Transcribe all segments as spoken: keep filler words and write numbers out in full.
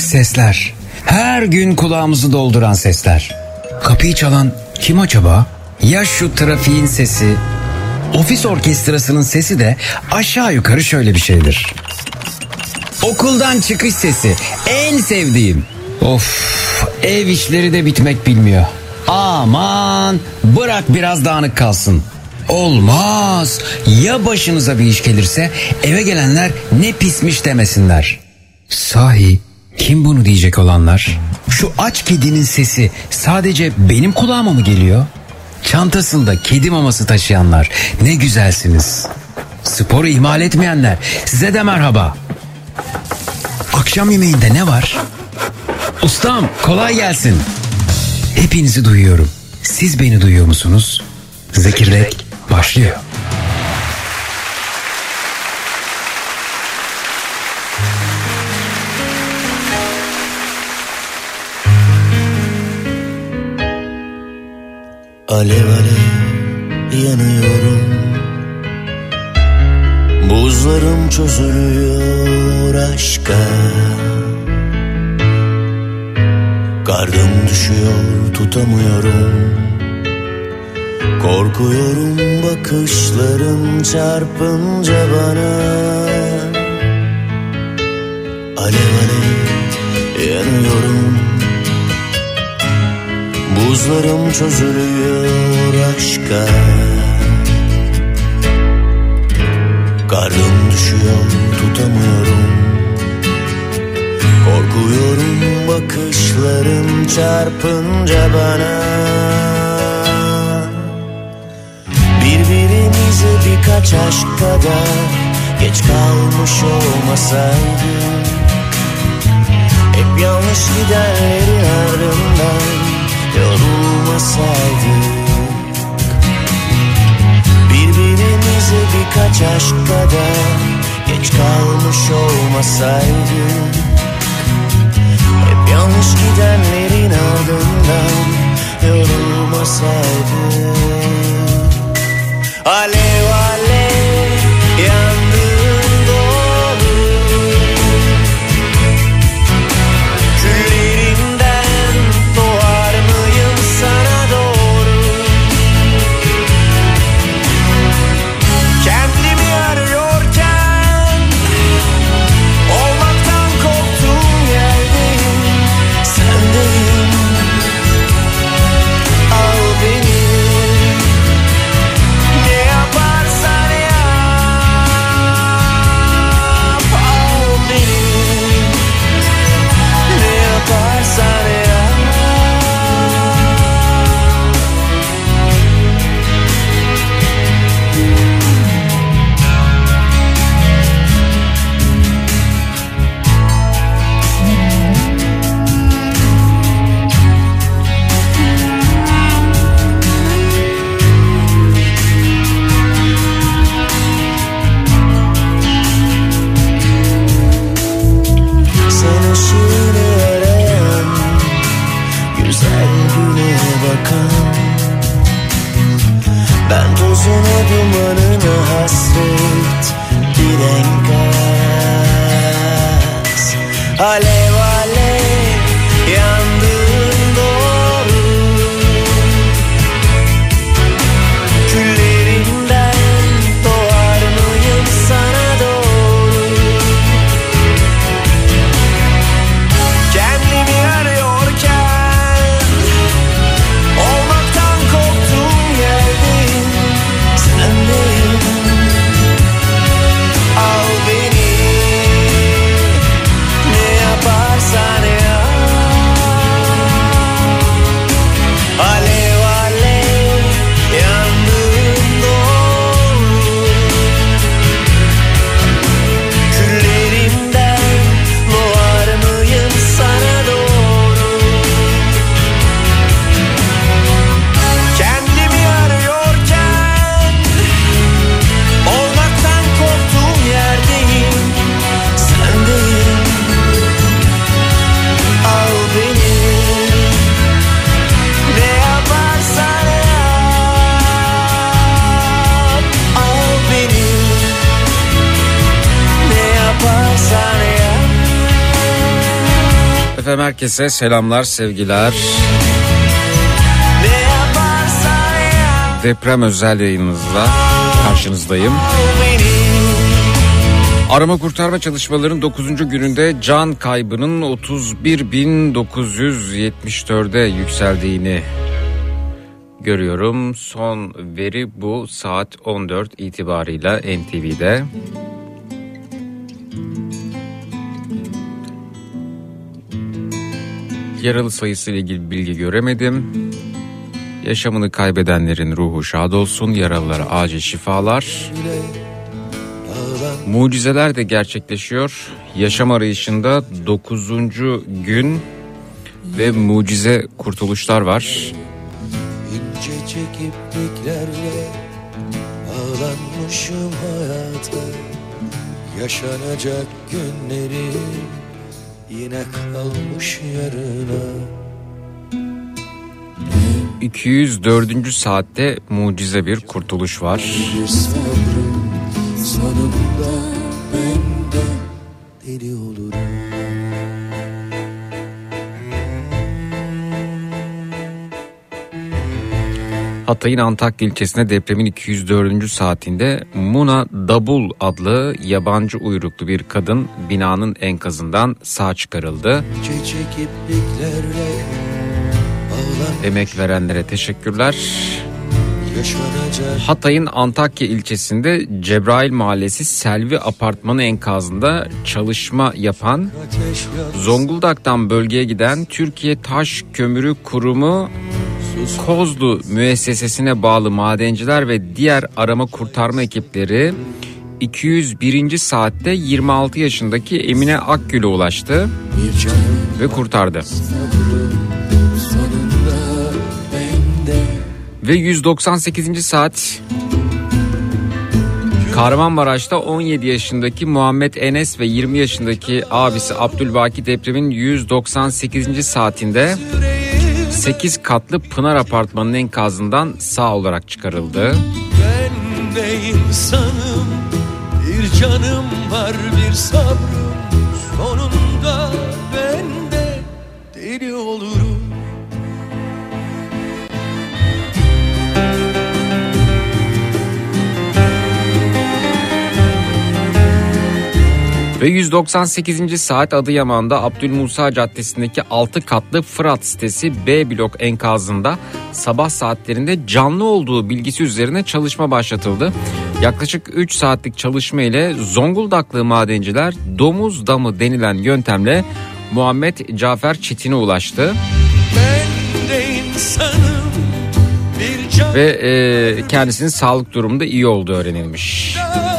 sesler. Her gün kulağımızı dolduran sesler. Kapıyı çalan kim acaba? Ya şu trafiğin sesi? Ofis orkestrasının sesi de aşağı yukarı şöyle bir şeydir. Okuldan çıkış sesi. En sevdiğim. Of, ev işleri de bitmek bilmiyor. Aman, bırak biraz dağınık kalsın. Olmaz. Ya başınıza bir iş gelirse eve gelenler ne pismiş demesinler. Sahi kim bunu diyecek olanlar? Şu aç kedinin sesi sadece benim kulağıma mı geliyor? Çantasında kedi maması taşıyanlar ne güzelsiniz. Sporu ihmal etmeyenler size de merhaba. Akşam yemeğinde ne var? Ustam kolay gelsin. Hepinizi duyuyorum. Siz beni duyuyor musunuz? Zekirdek başlıyor. Alev alev yanıyorum, buzlarım çözülüyor aşka. Kardım düşüyor, tutamıyorum. Korkuyorum bakışların çarpınca bana. Alev alev yanıyorum, buzlarım çözülüyor aşka. Kardım düşüyor, tutamıyorum. Korkuyorum bakışların çarpınca bana. Birbirimize birkaç aşk kadar geç kalmış olmasaydık, hep yanlış gidenlerin ardından yorulmasaydık. Birbirimize birkaç aşk kadar geç kalmış olmasaydık, hep yanlış gidenlerin ardından yorulmasaydık. Alev alev yandığın doğru, küllerinden doğar mıyım sana doğru? Kendimi arıyorken olmaktan korktuğum yerdeyim, sendeyim. Al beni, ne yaparsan yap, al beni, ne yaparsan yap. Sen ışığını arayan, güzel güne bakan, ben tozuna dumanına hasret bir enkaz. Alev alev yandığın doğru, küllerinden doğar mıyım sana doğru? Kendimi arıyorken olmaktan korktuğum yerdeyim, sendeyim. Al beni, ne yaparsan Efendim herkese selamlar, sevgiler. Deprem özel yayınımızla karşınızdayım. Arama kurtarma çalışmalarının dokuzuncu gününde can kaybının otuz bir bin dokuz yüz yetmiş dörde yükseldiğini görüyorum. Son veri bu saat on dört itibarıyla N T V'de. Yaralı sayısı ile ilgili bilgi göremedim. Yaşamını kaybedenlerin ruhu şad olsun, yaralılara acil şifalar. Mucizeler de gerçekleşiyor. Yaşam arayışında dokuzuncu gün ve mucize kurtuluşlar var. İnce çekipliklerle bağlanmışım hayata. Yaşanacak günlerim yine kalmış yarına. iki yüz dördüncü saatte mucize bir kurtuluş var. Bir sabrım sonunda ben de deli olurum. Hatay'ın Antakya ilçesinde depremin iki yüz dördüncü saatinde Muna Dabul adlı yabancı uyruklu bir kadın binanın enkazından sağ çıkarıldı. Emek verenlere teşekkürler. Hatay'ın Antakya ilçesinde Cebrail Mahallesi Selvi Apartmanı enkazında çalışma yapan, Zonguldak'tan bölgeye giden Türkiye Taş Kömürü Kurumu Kozlu müessesesine bağlı madenciler ve diğer arama kurtarma ekipleri iki yüz birinci saatte yirmi altı yaşındaki Emine Akgül'e ulaştı ve kurtardı. Ve yüz doksan sekizinci saat Kahramanmaraş'ta on yedi yaşındaki Muhammed Enes ve yirmi yaşındaki abisi Abdülbaki depremin yüz doksan sekizinci saatinde sekiz katlı Pınar Apartmanı'nın enkazından sağ olarak çıkarıldı. Ben de insanım, bir canım var, bir sabrım, sonunda ben de deli olurum. Ve yüz doksan sekizinci saat Adıyaman'da Abdülmusa Caddesi'ndeki altı katlı Fırat sitesi B blok enkazında sabah saatlerinde canlı olduğu bilgisi üzerine çalışma başlatıldı. Yaklaşık üç saatlik çalışma ile Zonguldaklı madenciler domuz damı denilen yöntemle Muhammed Cafer Çetin'e ulaştı. Ben de insanım, bir can... Ve e, kendisinin sağlık durumunda iyi olduğu öğrenilmiş.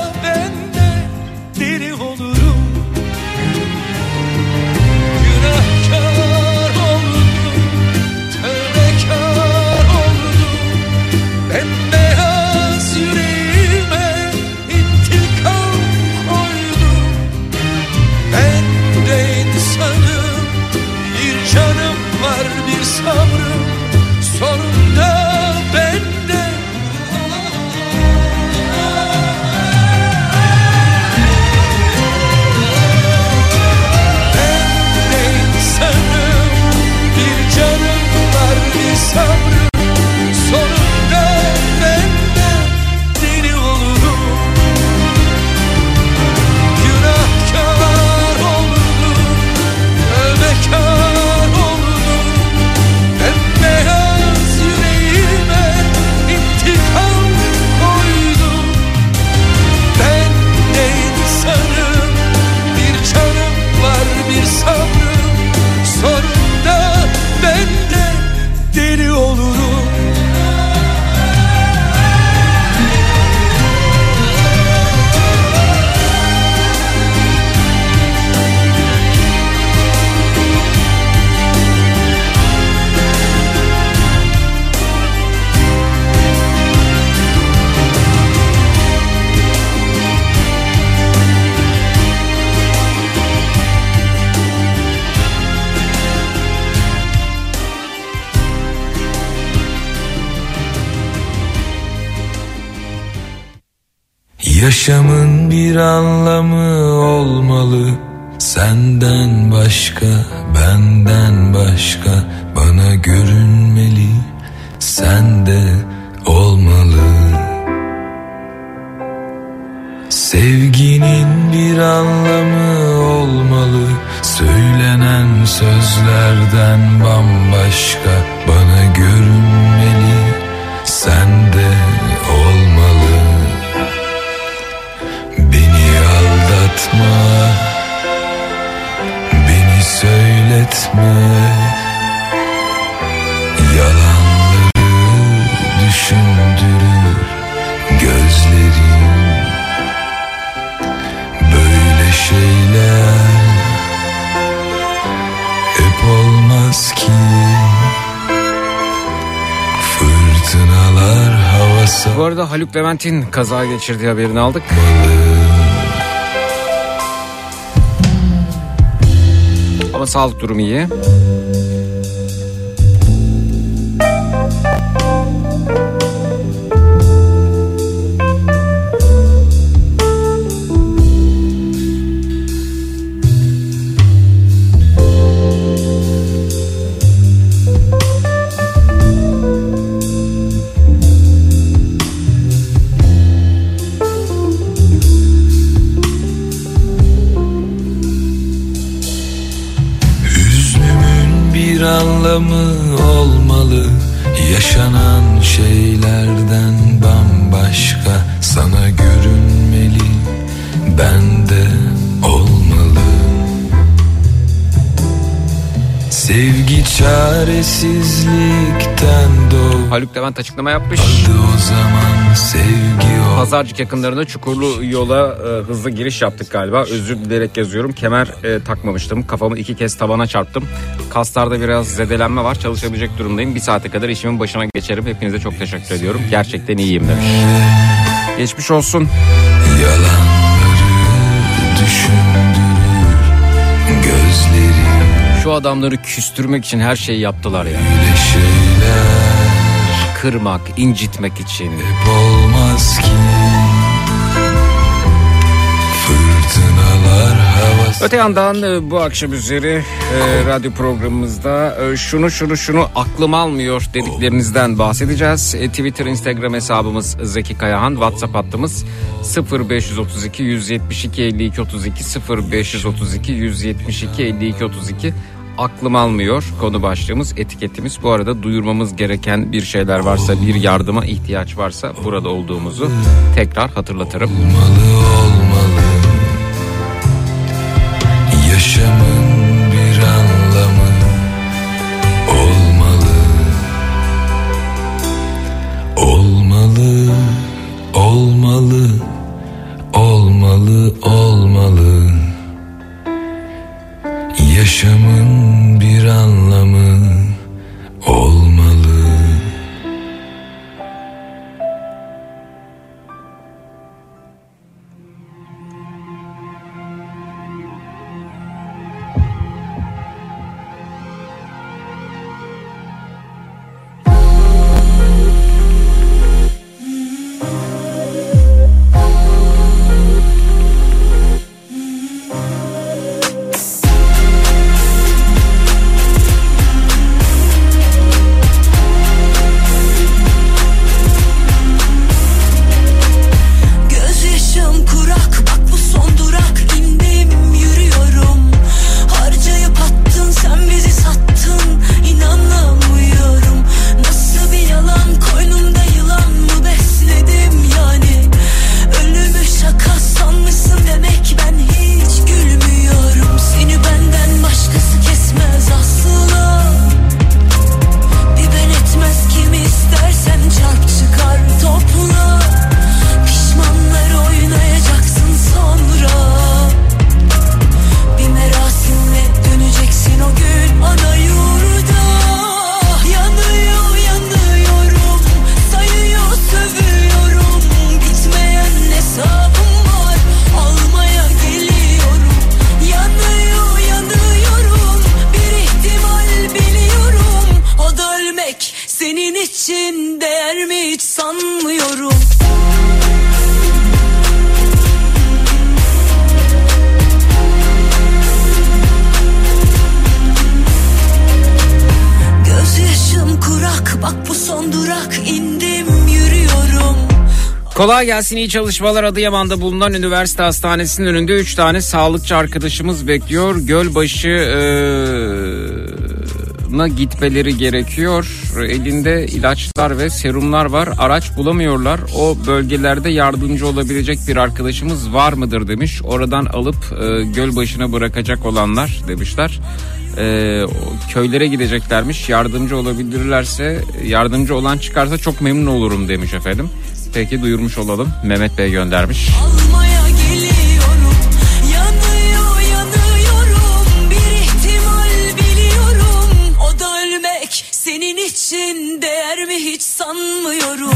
Sabrım sonunda bende. Yaşamın bir anlamı olmalı, Senden başka, benden başka bana görünmeli, sende olmalı. Sevginin bir anlamı olmalı, söylenen sözlerden bambaşka bana görünmeli, sende olmalı. Beni aldatma, beni söyletme, yalanları düşündürür gözlerim. Böyle şeyler hep olmaz ki, fırtınalar havası. Bu arada Haluk Levent'in kaza geçirdiği haberini aldık. Ama sağlık durumu iyi. Anlamı olmalı, yaşanan şeylerden bambaşka sana görünmeli, bende olmalı. Sevgi çaresizlikten doğ. Haluk Levent açıklama yapmış. Adı o zaman sevgi o. Pazarcık yakınlarında Çukurlu yola e, hızlı giriş yaptık galiba. Özür dileyerek yazıyorum. Kemer e, takmamıştım. Kafamı iki kez tabana çarptım. Kaslarda biraz zedelenme var. Çalışabilecek durumdayım. Bir saate kadar işimin başına geçerim. Hepinize çok teşekkür ediyorum. Gerçekten iyiyim demiş. Geçmiş olsun. Yalanları düşündürür gözlerim. Şu adamları küstürmek için her şeyi yaptılar ya. Öyle şeyler kırmak, incitmek için. Hep olmaz ki. Fırtınalar havası. Öte yandan bu akşam üzeri e, radyo programımızda e, şunu şunu şunu aklım almıyor dediklerinizden bahsedeceğiz. E, Twitter, Instagram hesabımız Zeki Kayahan, WhatsApp hattımız sıfır beş otuz iki yüz yetmiş iki elli iki otuz iki sıfır beş otuz iki yüz yetmiş iki elli iki otuz iki. Aklım almıyor konu başlığımız, etiketimiz. Bu arada duyurmamız gereken bir şeyler varsa, bir yardıma ihtiyaç varsa burada olduğumuzu tekrar hatırlatırım. Olmalı, olmalı. Yaşamın bir anlamı olmalı. Olmalı, olmalı, olmalı, olmalı. Yaşamın bir anlamı olmalı. Kolay gelsin, iyi çalışmalar. Adıyaman'da bulunan üniversite hastanesinin önünde üç tane sağlıkçı arkadaşımız bekliyor. Gölbaşı'na gitmeleri gerekiyor. Elinde ilaçlar ve serumlar var. Araç bulamıyorlar. O bölgelerde yardımcı olabilecek bir arkadaşımız var mıdır demiş. Oradan alıp e, Gölbaşı'na bırakacak olanlar demişler. E, köylere gideceklermiş. Yardımcı olabilirlerse, yardımcı olan çıkarsa çok memnun olurum demiş efendim. Peki, duyurmuş olalım. Mehmet Bey göndermiş. Almaya geliyorum, yanıyor yanıyorum, bir ihtimal biliyorum, o da ölmek senin için değer mi hiç sanmıyorum.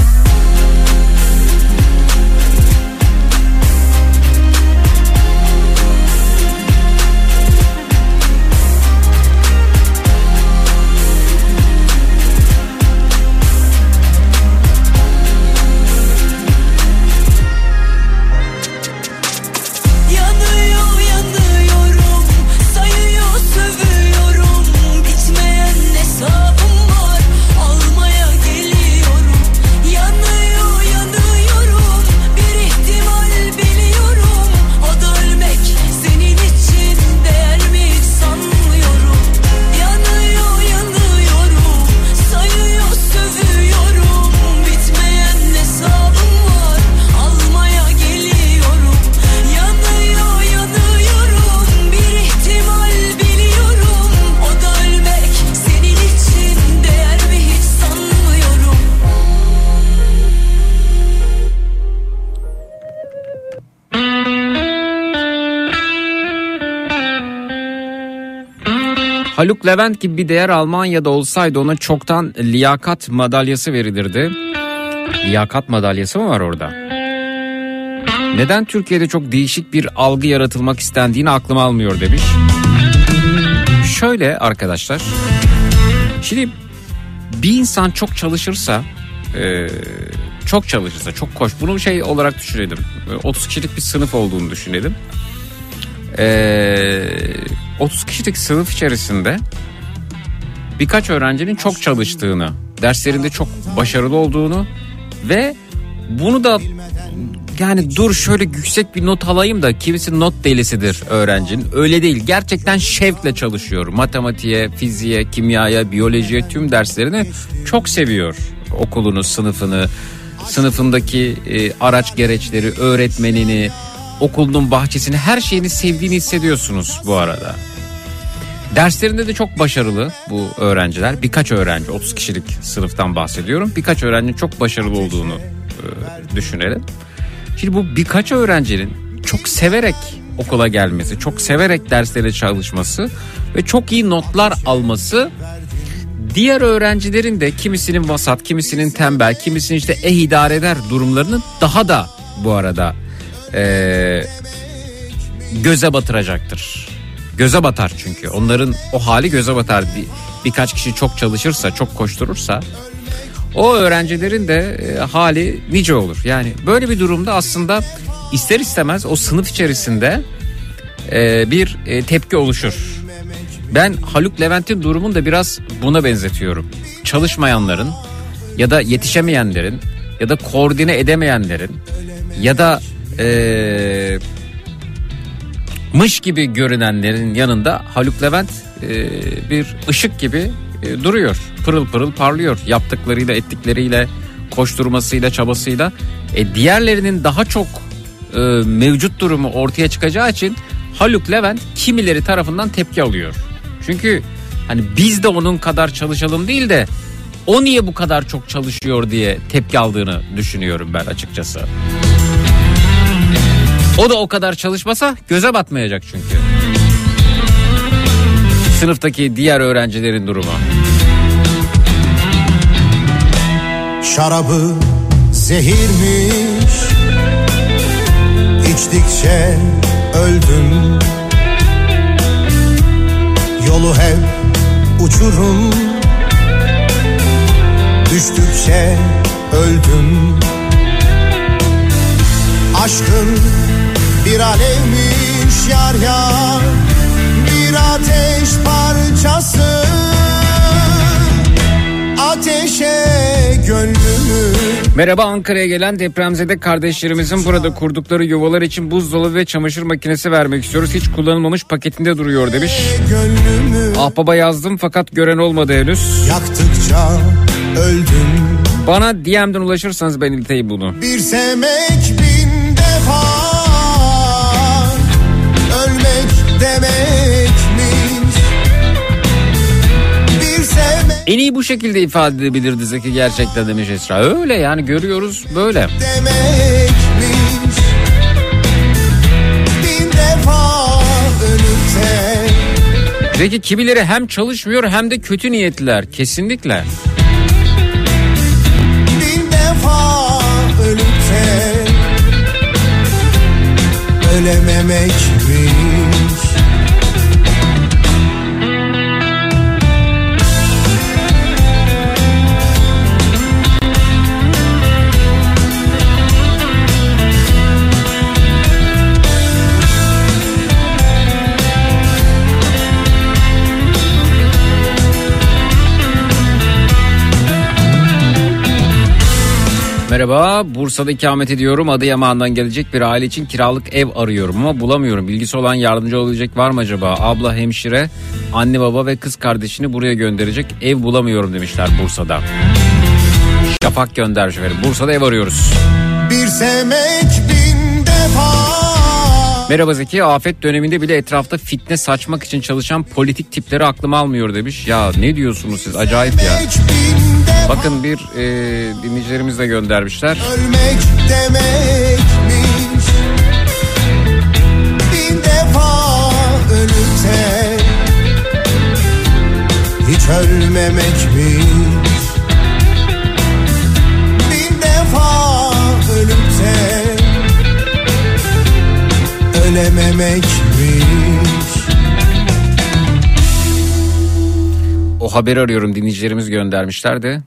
Haluk Levent gibi bir değer Almanya'da olsaydı ona çoktan liyakat madalyası verilirdi. Liyakat madalyası mı var orada? Neden Türkiye'de çok değişik bir algı yaratılmak istendiğini aklım almıyor demiş. Şöyle arkadaşlar. Şimdi bir insan çok çalışırsa, e, çok çalışırsa, çok koş. Bunu şey olarak düşünelim. otuz kişilik bir sınıf olduğunu düşünelim. Eee... otuz kişilik sınıf içerisinde birkaç öğrencinin çok çalıştığını, derslerinde çok başarılı olduğunu ve bunu da yani dur şöyle yüksek bir not alayım da, kimisi not delisidir öğrencinin. Öyle değil. Gerçekten şevkle çalışıyor. Matematiğe, fiziğe, kimyaya, biyolojiye, tüm derslerini çok seviyor. Okulunu, sınıfını, sınıfındaki e, araç gereçleri, öğretmenini, okulunun bahçesini, her şeyini sevdiğini hissediyorsunuz bu arada. Derslerinde de çok başarılı bu öğrenciler. Birkaç öğrenci, otuz kişilik sınıftan bahsediyorum. Birkaç öğrencinin çok başarılı olduğunu e, düşünelim. Şimdi bu birkaç öğrencinin çok severek okula gelmesi, çok severek derslere çalışması ve çok iyi notlar alması, diğer öğrencilerin de kimisinin vasat, kimisinin tembel, kimisinin işte eh idare eder durumlarını daha da bu arada e, göze batıracaktır. Göze batar çünkü. Onların o hali göze batar. Bir, birkaç kişi çok çalışırsa, çok koşturursa o öğrencilerin de e, hali nice olur. Yani böyle bir durumda aslında ister istemez o sınıf içerisinde e, bir e, tepki oluşur. Ben Haluk Levent'in durumunu da biraz buna benzetiyorum. Çalışmayanların ya da yetişemeyenlerin ya da koordine edemeyenlerin ya da e, mış gibi görünenlerin yanında Haluk Levent e, bir ışık gibi e, duruyor. Pırıl pırıl parlıyor yaptıklarıyla, ettikleriyle, koşturmasıyla, çabasıyla. E, diğerlerinin daha çok e, mevcut durumu ortaya çıkacağı için Haluk Levent kimileri tarafından tepki alıyor. Çünkü hani biz de onun kadar çalışalım değil de o niye bu kadar çok çalışıyor diye tepki aldığını düşünüyorum ben açıkçası. O da o kadar çalışmasa göze batmayacak çünkü. Sınıftaki diğer öğrencilerin durumu. Şarabı zehirmiş, içtikçe öldüm. Yolu hep uçurum, düştükçe öldüm. Aşkın bir alevmiş yar yar, bir ateş parçası. Ateşe gönlümü Merhaba, Ankara'ya gelen depremzede kardeşlerimizin burada kurdukları yuvalar için buzdolabı ve çamaşır makinesi vermek istiyoruz. Hiç kullanılmamış paketinde duruyor demiş. Ahbaba yazdım fakat gören olmadı henüz. Yaktıkça öldüm. Bana D M'den ulaşırsanız ben ileteyim bunu. Bir sevmek bin defa, ölmek demekmiş. Bir sevmek En iyi bu şekilde ifade edebilirdi Zeki gerçekten demiş Esra. Öyle yani, görüyoruz böyle. demekmiş. Bin defa ölüp de Zeki, kimileri hem çalışmıyor hem de kötü niyetliler. Kesinlikle. bin defa ölüp de ölememekmiş. Merhaba, Bursa'da ikamet ediyorum. Adıyaman'dan gelecek bir aile için kiralık ev arıyorum ama bulamıyorum. Bilgisi olan, yardımcı olabilecek var mı acaba? Abla, hemşire, anne baba ve kız kardeşini buraya gönderecek ev bulamıyorum demişler Bursa'da. Şafak göndermiş efendim. Bursa'da ev arıyoruz. Bir sevmek bin defa. Merhaba Zeki, afet döneminde bile etrafta fitne saçmak için çalışan politik tipleri aklım almıyor demiş. Ya ne diyorsunuz siz, acayip ya. Bakın bir e, dinleyicilerimiz de göndermişler. Ölmek demekmiş. Bin defa ölüp de hiç ölmemekmiş. Bin defa ölüp de ölememekmiş. O haberi arıyorum, dinleyicilerimiz göndermişler de.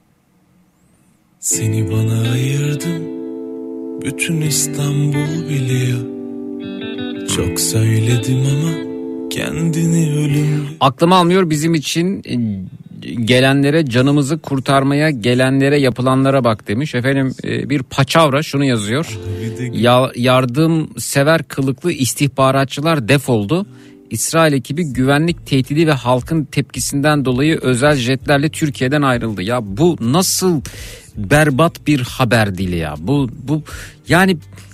Seni bana ayırdım, bütün İstanbul biliyor. Çok söyledim ama kendini ölüm. Aklım almıyor, bizim için gelenlere, canımızı kurtarmaya gelenlere, yapılanlara bak demiş. Efendim bir paçavra şunu yazıyor. Ya, yardımsever kılıklı istihbaratçılar defoldu. İsrail ekibi güvenlik tehdidi ve halkın tepkisinden dolayı özel jetlerle Türkiye'den ayrıldı. Ya bu nasıl berbat bir haber dili ya. Bu bu yani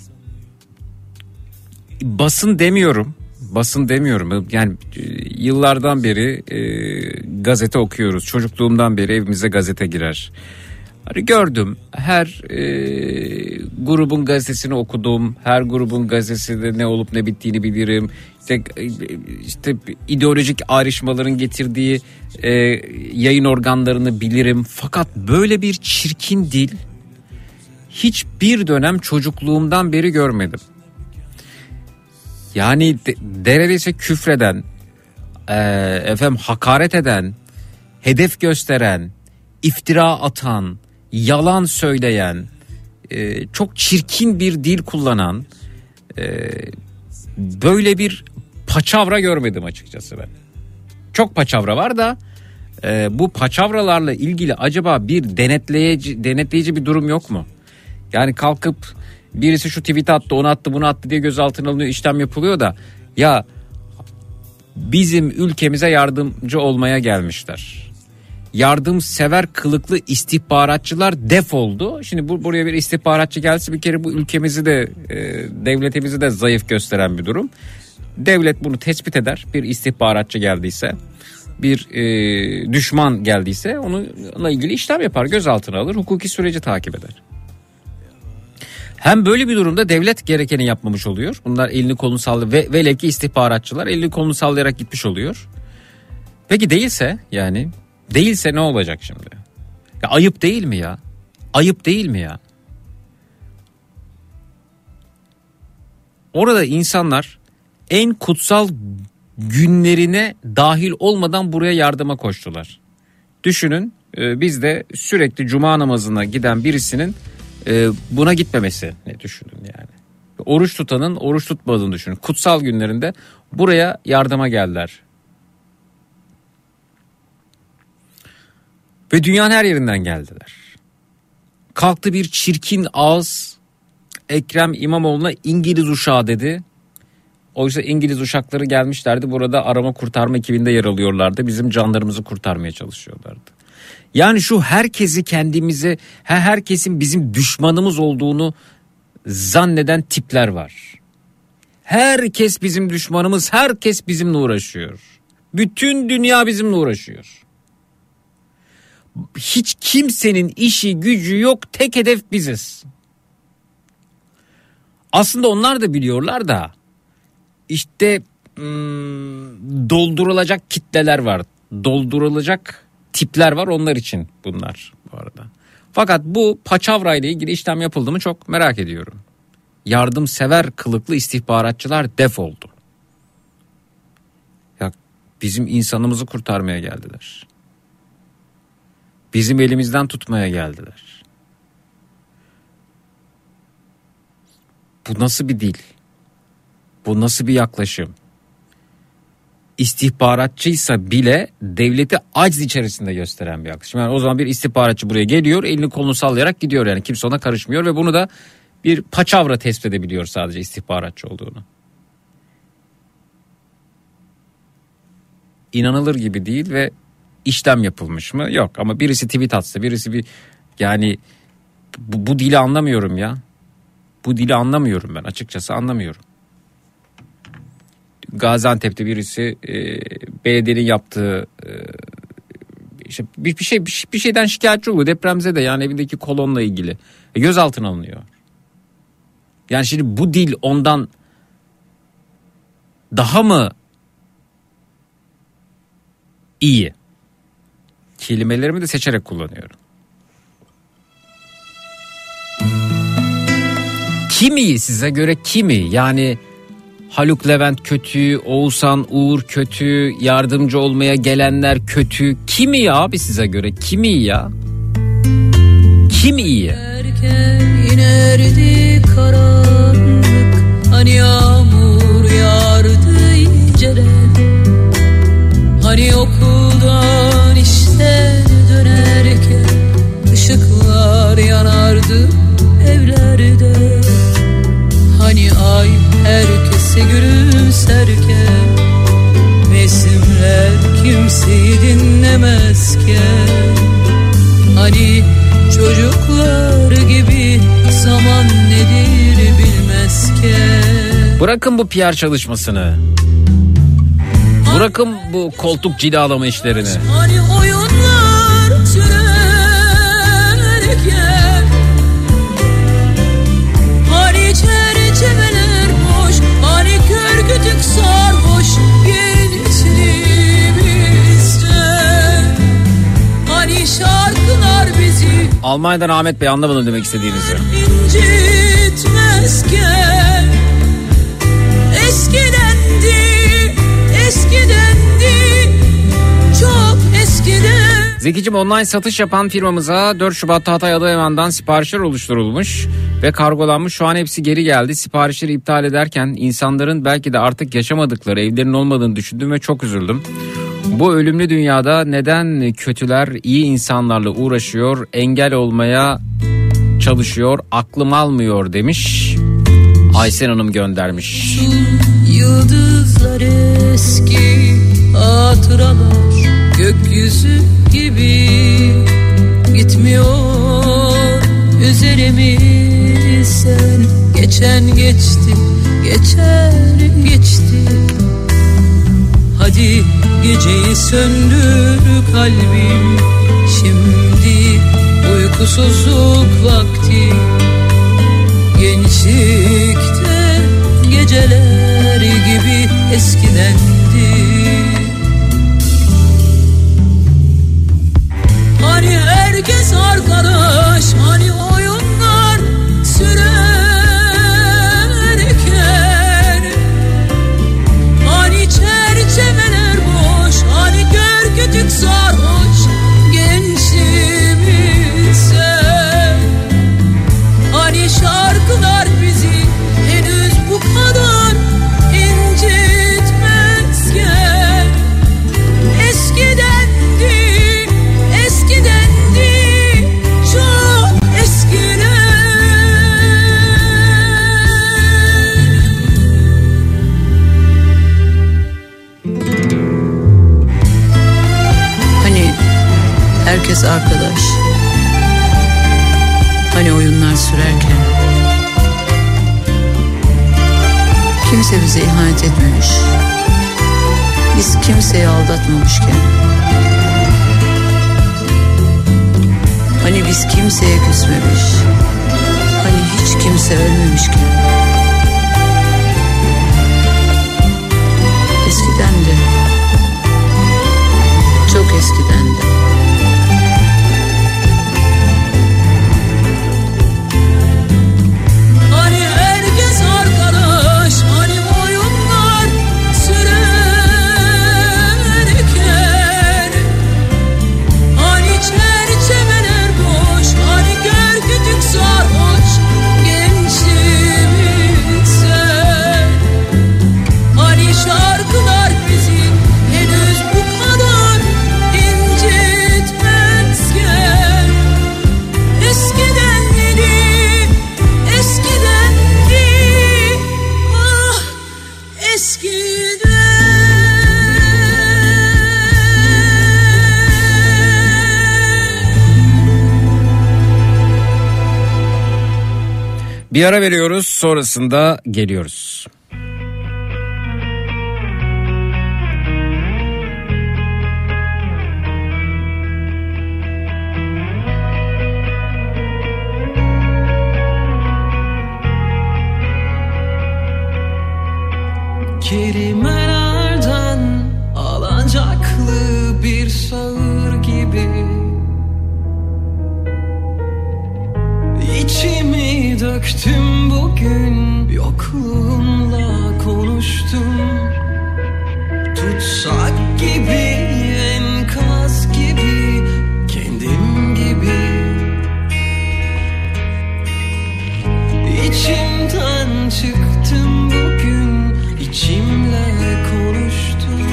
basın demiyorum. Basın demiyorum. Yani yıllardan beri e, gazete okuyoruz. Çocukluğumdan beri evimize gazete girer. Hani gördüm, her e, grubun gazetesini okudum. Her grubun gazetesinde ne olup ne bittiğini bilirim. İşte, işte ideolojik ayrışmaların getirdiği e, yayın organlarını bilirim. Fakat böyle bir çirkin dil hiçbir dönem çocukluğumdan beri görmedim. Yani de, neredeyse küfreden, e, efendim hakaret eden, hedef gösteren, iftira atan, yalan söyleyen, e, çok çirkin bir dil kullanan, e, böyle bir paçavra görmedim açıkçası ben. Çok paçavra var da e, bu paçavralarla ilgili acaba bir denetleyici, denetleyici bir durum yok mu? Yani kalkıp birisi şu tweet attı, onu attı, bunu attı diye gözaltına alınıyor, işlem yapılıyor da ya bizim ülkemize yardımcı olmaya gelmişler. Yardımsever kılıklı istihbaratçılar defoldu. Şimdi bu, buraya bir istihbaratçı gelse bir kere bu ülkemizi de e, devletimizi de zayıf gösteren bir durum. Devlet bunu tespit eder. Bir istihbaratçı geldiyse, bir e, düşman geldiyse onunla ilgili işlem yapar, gözaltına alır, hukuki süreci takip eder. Hem böyle bir durumda devlet gerekeni yapmamış oluyor. Bunlar elini kolunu sallıyor ve velev ki istihbaratçılar elini kolunu sallayarak gitmiş oluyor. Peki değilse, yani değilse ne olacak şimdi? Ya ayıp değil mi ya? Ayıp değil mi ya? Orada insanlar en kutsal günlerine dahil olmadan buraya yardıma koştular. Düşünün, biz de sürekli cuma namazına giden birisinin buna gitmemesi ne düşünün yani. Oruç tutanın oruç tutmadığını düşünün. Kutsal günlerinde buraya yardıma geldiler. Ve dünyanın her yerinden geldiler. Kalktı bir çirkin ağız Ekrem İmamoğlu'na İngiliz uşağı dedi. Oysa İngiliz uşakları gelmişlerdi. Burada arama kurtarma ekibinde yer alıyorlardı. Bizim canlarımızı kurtarmaya çalışıyorlardı. Yani şu herkesi kendimize, herkesin bizim düşmanımız olduğunu zanneden tipler var. Herkes bizim düşmanımız, herkes bizimle uğraşıyor. Bütün dünya bizimle uğraşıyor. Hiç kimsenin işi gücü yok, tek hedef biziz. Aslında onlar da biliyorlar da işte hmm, doldurulacak kitleler var, doldurulacak tipler var, onlar için bunlar bu arada. Fakat bu paçavra ile ilgili işlem yapıldı mı çok merak ediyorum. Yardımsever kılıklı istihbaratçılar def oldu. Ya bizim insanımızı kurtarmaya geldiler. Bizim elimizden tutmaya geldiler. Bu nasıl bir dil? Bu nasıl bir yaklaşım? İstihbaratçıysa bile devleti aciz içerisinde gösteren bir yaklaşım. Yani o zaman bir istihbaratçı buraya geliyor, elini kolunu sallayarak gidiyor, yani kimse ona karışmıyor ve bunu da bir paçavra tespit edebiliyor sadece istihbaratçı olduğunu. İnanılır gibi değil ve işlem yapılmış mı? Yok, ama birisi tweet atsa, birisi bir yani bu, bu dili anlamıyorum ya. Bu dili anlamıyorum ben, açıkçası anlamıyorum. Gaziantep'te birisi e, belediyenin yaptığı e, işte bir, bir şey bir, bir şeyden şikayetçi oluyor, depremzede, yani evindeki kolonla ilgili e, gözaltına alınıyor. Yani şimdi bu dil ondan daha mı iyi? Kelimelerimi de seçerek kullanıyorum. Kim iyi size göre, kimi? Yani Haluk Levent kötü, Oğuzhan Uğur kötü, yardımcı olmaya gelenler kötü. Kim iyi abi size göre? Kim iyi ya? Kim iyi? Erken inerdi karanlık, hani yağmur yağardı inceden, hani okuldan işten dönerken ışıklar yanardı evlerde, hani ay herkese gülümserken, mevsimler kimseyi dinlemezken, hani çocuklar gibi zaman nedir bilmezken. Bırakın bu P R çalışmasını. Bırakın bu koltuk cilalama işlerini. Hani oyunlar sürerken, hani çerçeveler boş, hani kör kütük sarhoş gençliğimizde, hani şarkılar bizi Almanya'dan Ahmet Bey, anlamadım demek istediğinizi. incitmezken, eskidendi, eskidendi, çok eskiden. Zekicim, online satış yapan firmamıza dört Şubat'ta Hatay Adıyaman'dan siparişler oluşturulmuş ve kargolanmış. Şu an hepsi geri geldi. Siparişleri iptal ederken insanların belki de artık yaşamadıkları evlerinin olmadığını düşündüm ve çok üzüldüm. Bu ölümlü dünyada neden kötüler iyi insanlarla uğraşıyor, engel olmaya çalışıyor, aklım almıyor demiş. Aysen Hanım göndermiş. Yıldızlar eski hatıralar, gökyüzü gibi gitmiyor üzerimizden. Geçen geçti, geçer geçti. Hadi geceyi söndür kalbim, şimdi uykusuzluk vakti. Gençlikte geceler gibi eskidendi. Hani herkes arkadaş, hani oyunlar sürerken, hani çerçeveler boş, hani kör kütük sarhoş gençliğimize, hani şarkılar bizi henüz bu kadar incitmezken, herkes arkadaş. Hani oyunlar sürerken kimse bize ihanet etmemiş. Biz kimseyi aldatmamışken, hani biz kimseye küsmemiş, hani hiç kimse ölmemişken. Eskiden de, çok eskiden de. Hani herkes arkadaş, hani oyunlar sürerken, hani çerçeveler boş, hani gör kütük sarhoş gençliğimiz sen. Hani şarkılar bizi henüz bu kadar incitmezken. Eskiden yeni, eskiden iyi, ah eskiden. Bir ara veriyoruz, sonrasında geliyoruz. Kelimelerden alacaklı bir sağır gibi İçimi döktüm bugün, yokluğunla konuştum. Tutsak gibi, enkaz gibi, kendim gibi. İçimden çıktım bugün, içimle konuştum.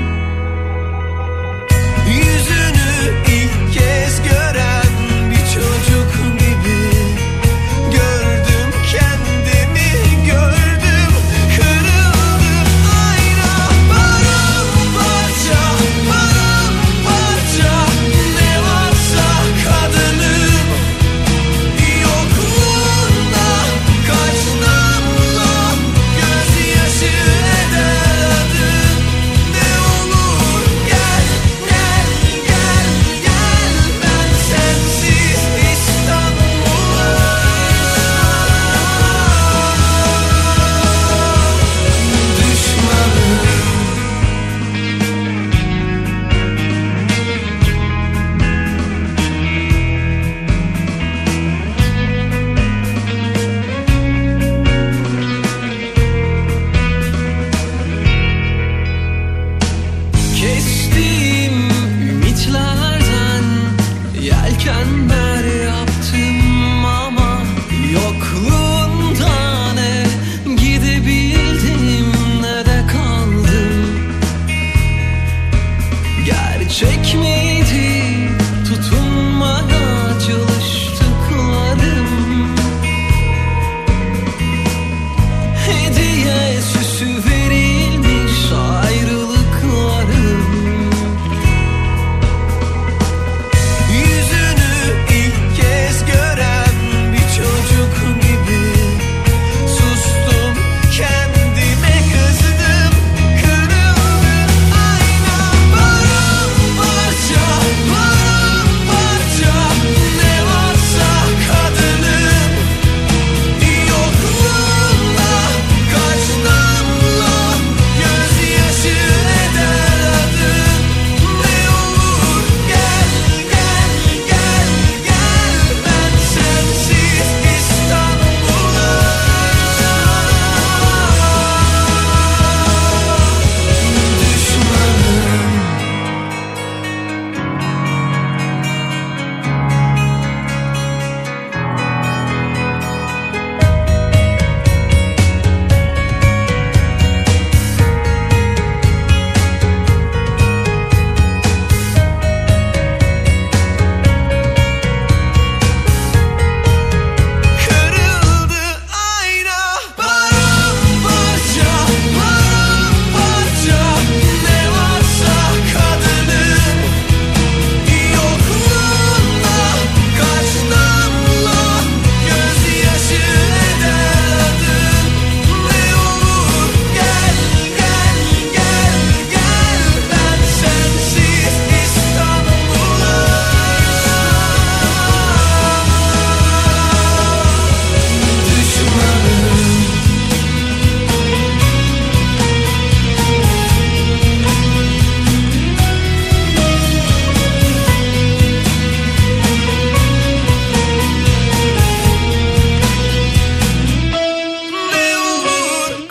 Yüzünü ilk kez gören bir çocuk gibi gördüm kendimi, gördüm, kırıldım ayna. Paramparça, paramparça, ne varsa kadınım. Yokluğunda kaç damla gözyaşı eder adım. Ne olur gel, gel, gel, gel, ben sensiz İstanbul'a. Düşmanım. Kestiğim ümitlerden yelkenler yaptım ama yokluğunda ne gidebildim ne de kaldım. Gerçek miydi tutunmaya çalıştıklarım? Hediye süsü verilmiş ayrılıklarım. Yüzünü ilk kez gören bir çocuk gibi sustum, kendime kızdım, kırıldım ayna. Paramparça,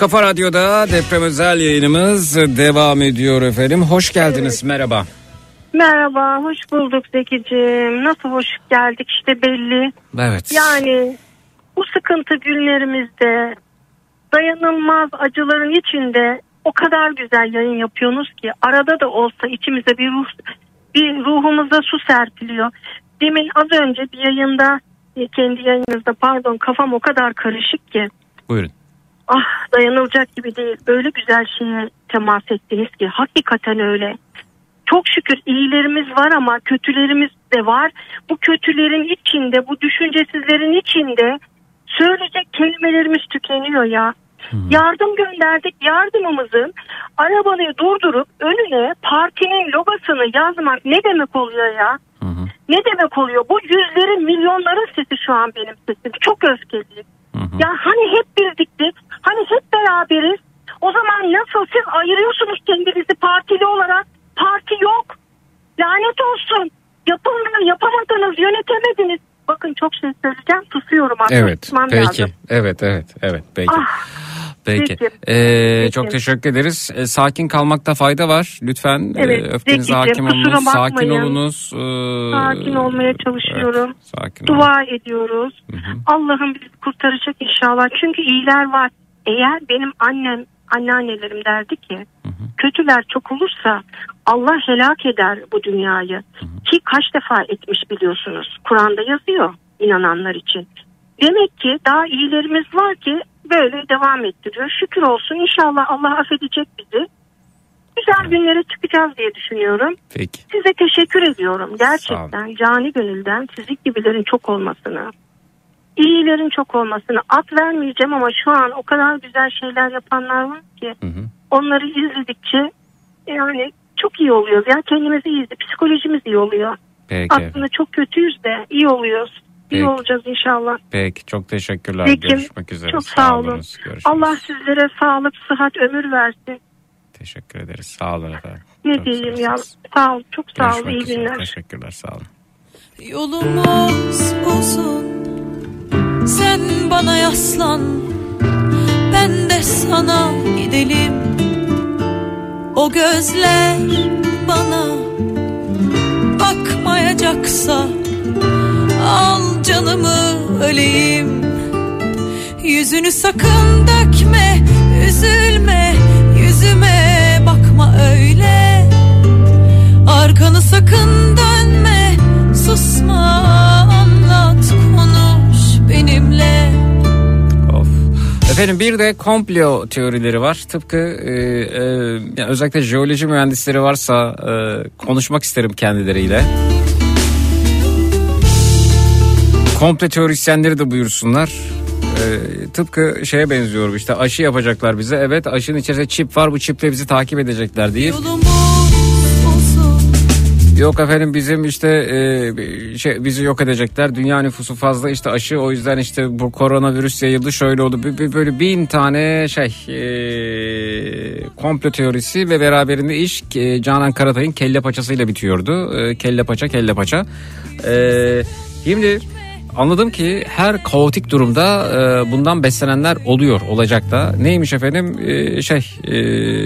Kafa Radyo'da deprem özel yayınımız devam ediyor efendim. Hoş geldiniz. Evet. Merhaba. Merhaba, hoş bulduk Zekiciğim. Nasıl hoş geldik işte belli. Evet. Yani bu sıkıntı günlerimizde, dayanılmaz acıların içinde o kadar güzel yayın yapıyorsunuz ki arada da olsa içimize bir ruh, bir ruhumuza su serpiliyor. Demin az önce bir yayında, kendi yayınınızda pardon, kafam o kadar karışık ki. Buyurun. Ah, dayanılacak gibi değil. Öyle güzel şeye temas ettiniz ki hakikaten öyle. Çok şükür iyilerimiz var ama kötülerimiz de var. Bu kötülerin içinde, bu düşüncesizlerin içinde söyleyecek kelimelerimiz tükeniyor ya. Hmm. Yardım gönderdik, yardımımızın arabayı durdurup önüne partinin logosunu yazmak ne demek oluyor ya? Hmm. Ne demek oluyor? Bu yüzlerin, milyonların sesi şu an benim sesim. Çok öfkeliyim. Hmm. Ya hani hep birliktik, hani hep beraberiz. O zaman nasıl siz ayırıyorsunuz kendinizi partili olarak? Parti yok. Lanet olsun. Yapılmıyor, yapamadınız, yönetemediniz. Bakın çok şey söyleyeceğim. Susuyorum artık. Evet. Peki. Lazım. Evet, evet, evet. Peki. Ah, peki. Peki. Ee, peki. Çok teşekkür ederiz. Ee, sakin kalmakta fayda var. Lütfen evet, e, öfkenize hakim olunuz. Sakin olunuz. Ee, sakin olmaya çalışıyorum. Evet, sakin Dua olun. ediyoruz. Hı-hı. Allah'ım bizi kurtaracak inşallah. Çünkü iyiler var. Eğer benim annem, anneannelerim derdi ki hı hı. kötüler çok olursa Allah helak eder bu dünyayı. Hı hı. Ki kaç defa etmiş biliyorsunuz. Kur'an'da yazıyor inananlar için. Demek ki daha iyilerimiz var ki böyle devam ettiriyor. Şükür olsun, inşallah Allah affedecek bizi. Güzel günlere çıkacağız diye düşünüyorum. Peki. Size teşekkür ediyorum. Gerçekten cani gönülden sizin gibilerin çok olmasını, İyilerin çok olmasını, at vermeyeceğim ama şu an o kadar güzel şeyler yapanlar var ki hı hı. onları izledikçe yani çok iyi oluyoruz. Yani kendimiz iyiyiz, psikolojimiz iyi oluyor. Peki. Aslında çok kötüyüz de iyi oluyoruz. Peki. İyi olacağız inşallah. Peki, çok teşekkürler. Peki. Görüşmek üzere. Çok sağ, sağ olun. Allah sizlere sağlık, sıhhat, ömür versin. Teşekkür ederiz. Sağ olun efendim. Ne çok diyeyim ya. Sağ ol. Çok sağ Görüşmek ol. İyi üzere. günler. Teşekkürler. Sağ olun. Yolumuz uzun, sen bana yaslan, ben de sana gidelim. O gözler bana bakmayacaksa al canımı öleyim. Yüzünü sakın dökme, üzülme, yüzüme bakma öyle. Arkanı sakın dönme, susma, anlat, konuş benimle. Of. Efendim bir de komplo teorileri var. Tıpkı e, e, yani özellikle jeoloji mühendisleri varsa e, konuşmak isterim kendileriyle. Komplo teorisyenleri de buyursunlar. Ee, tıpkı şeye benziyor işte, aşı yapacaklar bize. Evet, aşının içerisinde çip var, bu çiple bizi takip edecekler deyip. Yok efendim bizim işte e, şey, bizi yok edecekler, dünya nüfusu fazla, işte aşı, o yüzden işte bu koronavirüs yayıldı, şöyle oldu, böyle bin tane şey e, komplo teorisi ve beraberinde iş e, Canan Karatay'ın kelle paçasıyla bitiyordu. E, kelle paça kelle paça. E, şimdi anladım ki her kaotik durumda e, bundan beslenenler oluyor, olacak da. Neymiş efendim? E, şey e,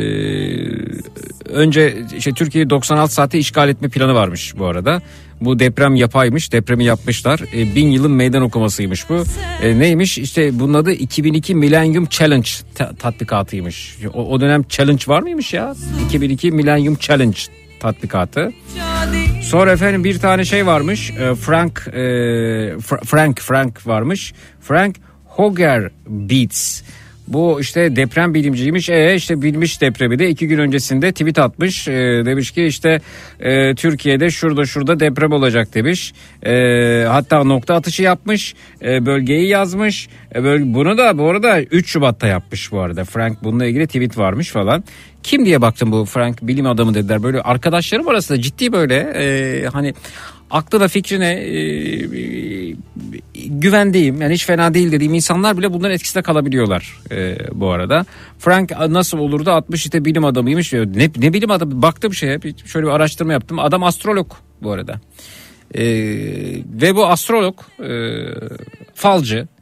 önce şey, Türkiye'yi doksan altı saatte işgal etme planı varmış bu arada. Bu deprem yapaymış, depremi yapmışlar. E, bin yılın meydan okumasıymış bu. E, neymiş? İşte bunun adı iki bin iki Millennium Challenge ta- tatbikatıymış. O, o dönem challenge var mıymış ya? iki bin iki Millennium Challenge tatbikatı. Sonra efendim bir tane şey varmış. Frank Frank Frank varmış. Frank Hoger Beats. Bu işte deprem bilimciymiş. E işte bilmiş depremi de iki gün öncesinde tweet atmış. E, demiş ki işte e, Türkiye'de şurada şurada deprem olacak demiş. E, hatta nokta atışı yapmış. E, bölgeyi yazmış. E, böl- bunu da bu arada üç Şubat'ta yapmış bu arada. Frank bununla ilgili tweet varmış falan. Kim diye baktım, bu Frank bilim adamı dediler. Böyle arkadaşlarım arasında ciddi böyle e, hani aklına fikrine e, e, güvendiğim, yani hiç fena değil dediğim insanlar bile bunların etkisinde kalabiliyorlar e, bu arada. Frank nasıl olurdu atmış, işte bilim adamıymış. Ne, ne bilim adamı, baktım şeye, şöyle bir araştırma yaptım. Adam astrolog bu arada. E, ve bu astrolog e, falcı.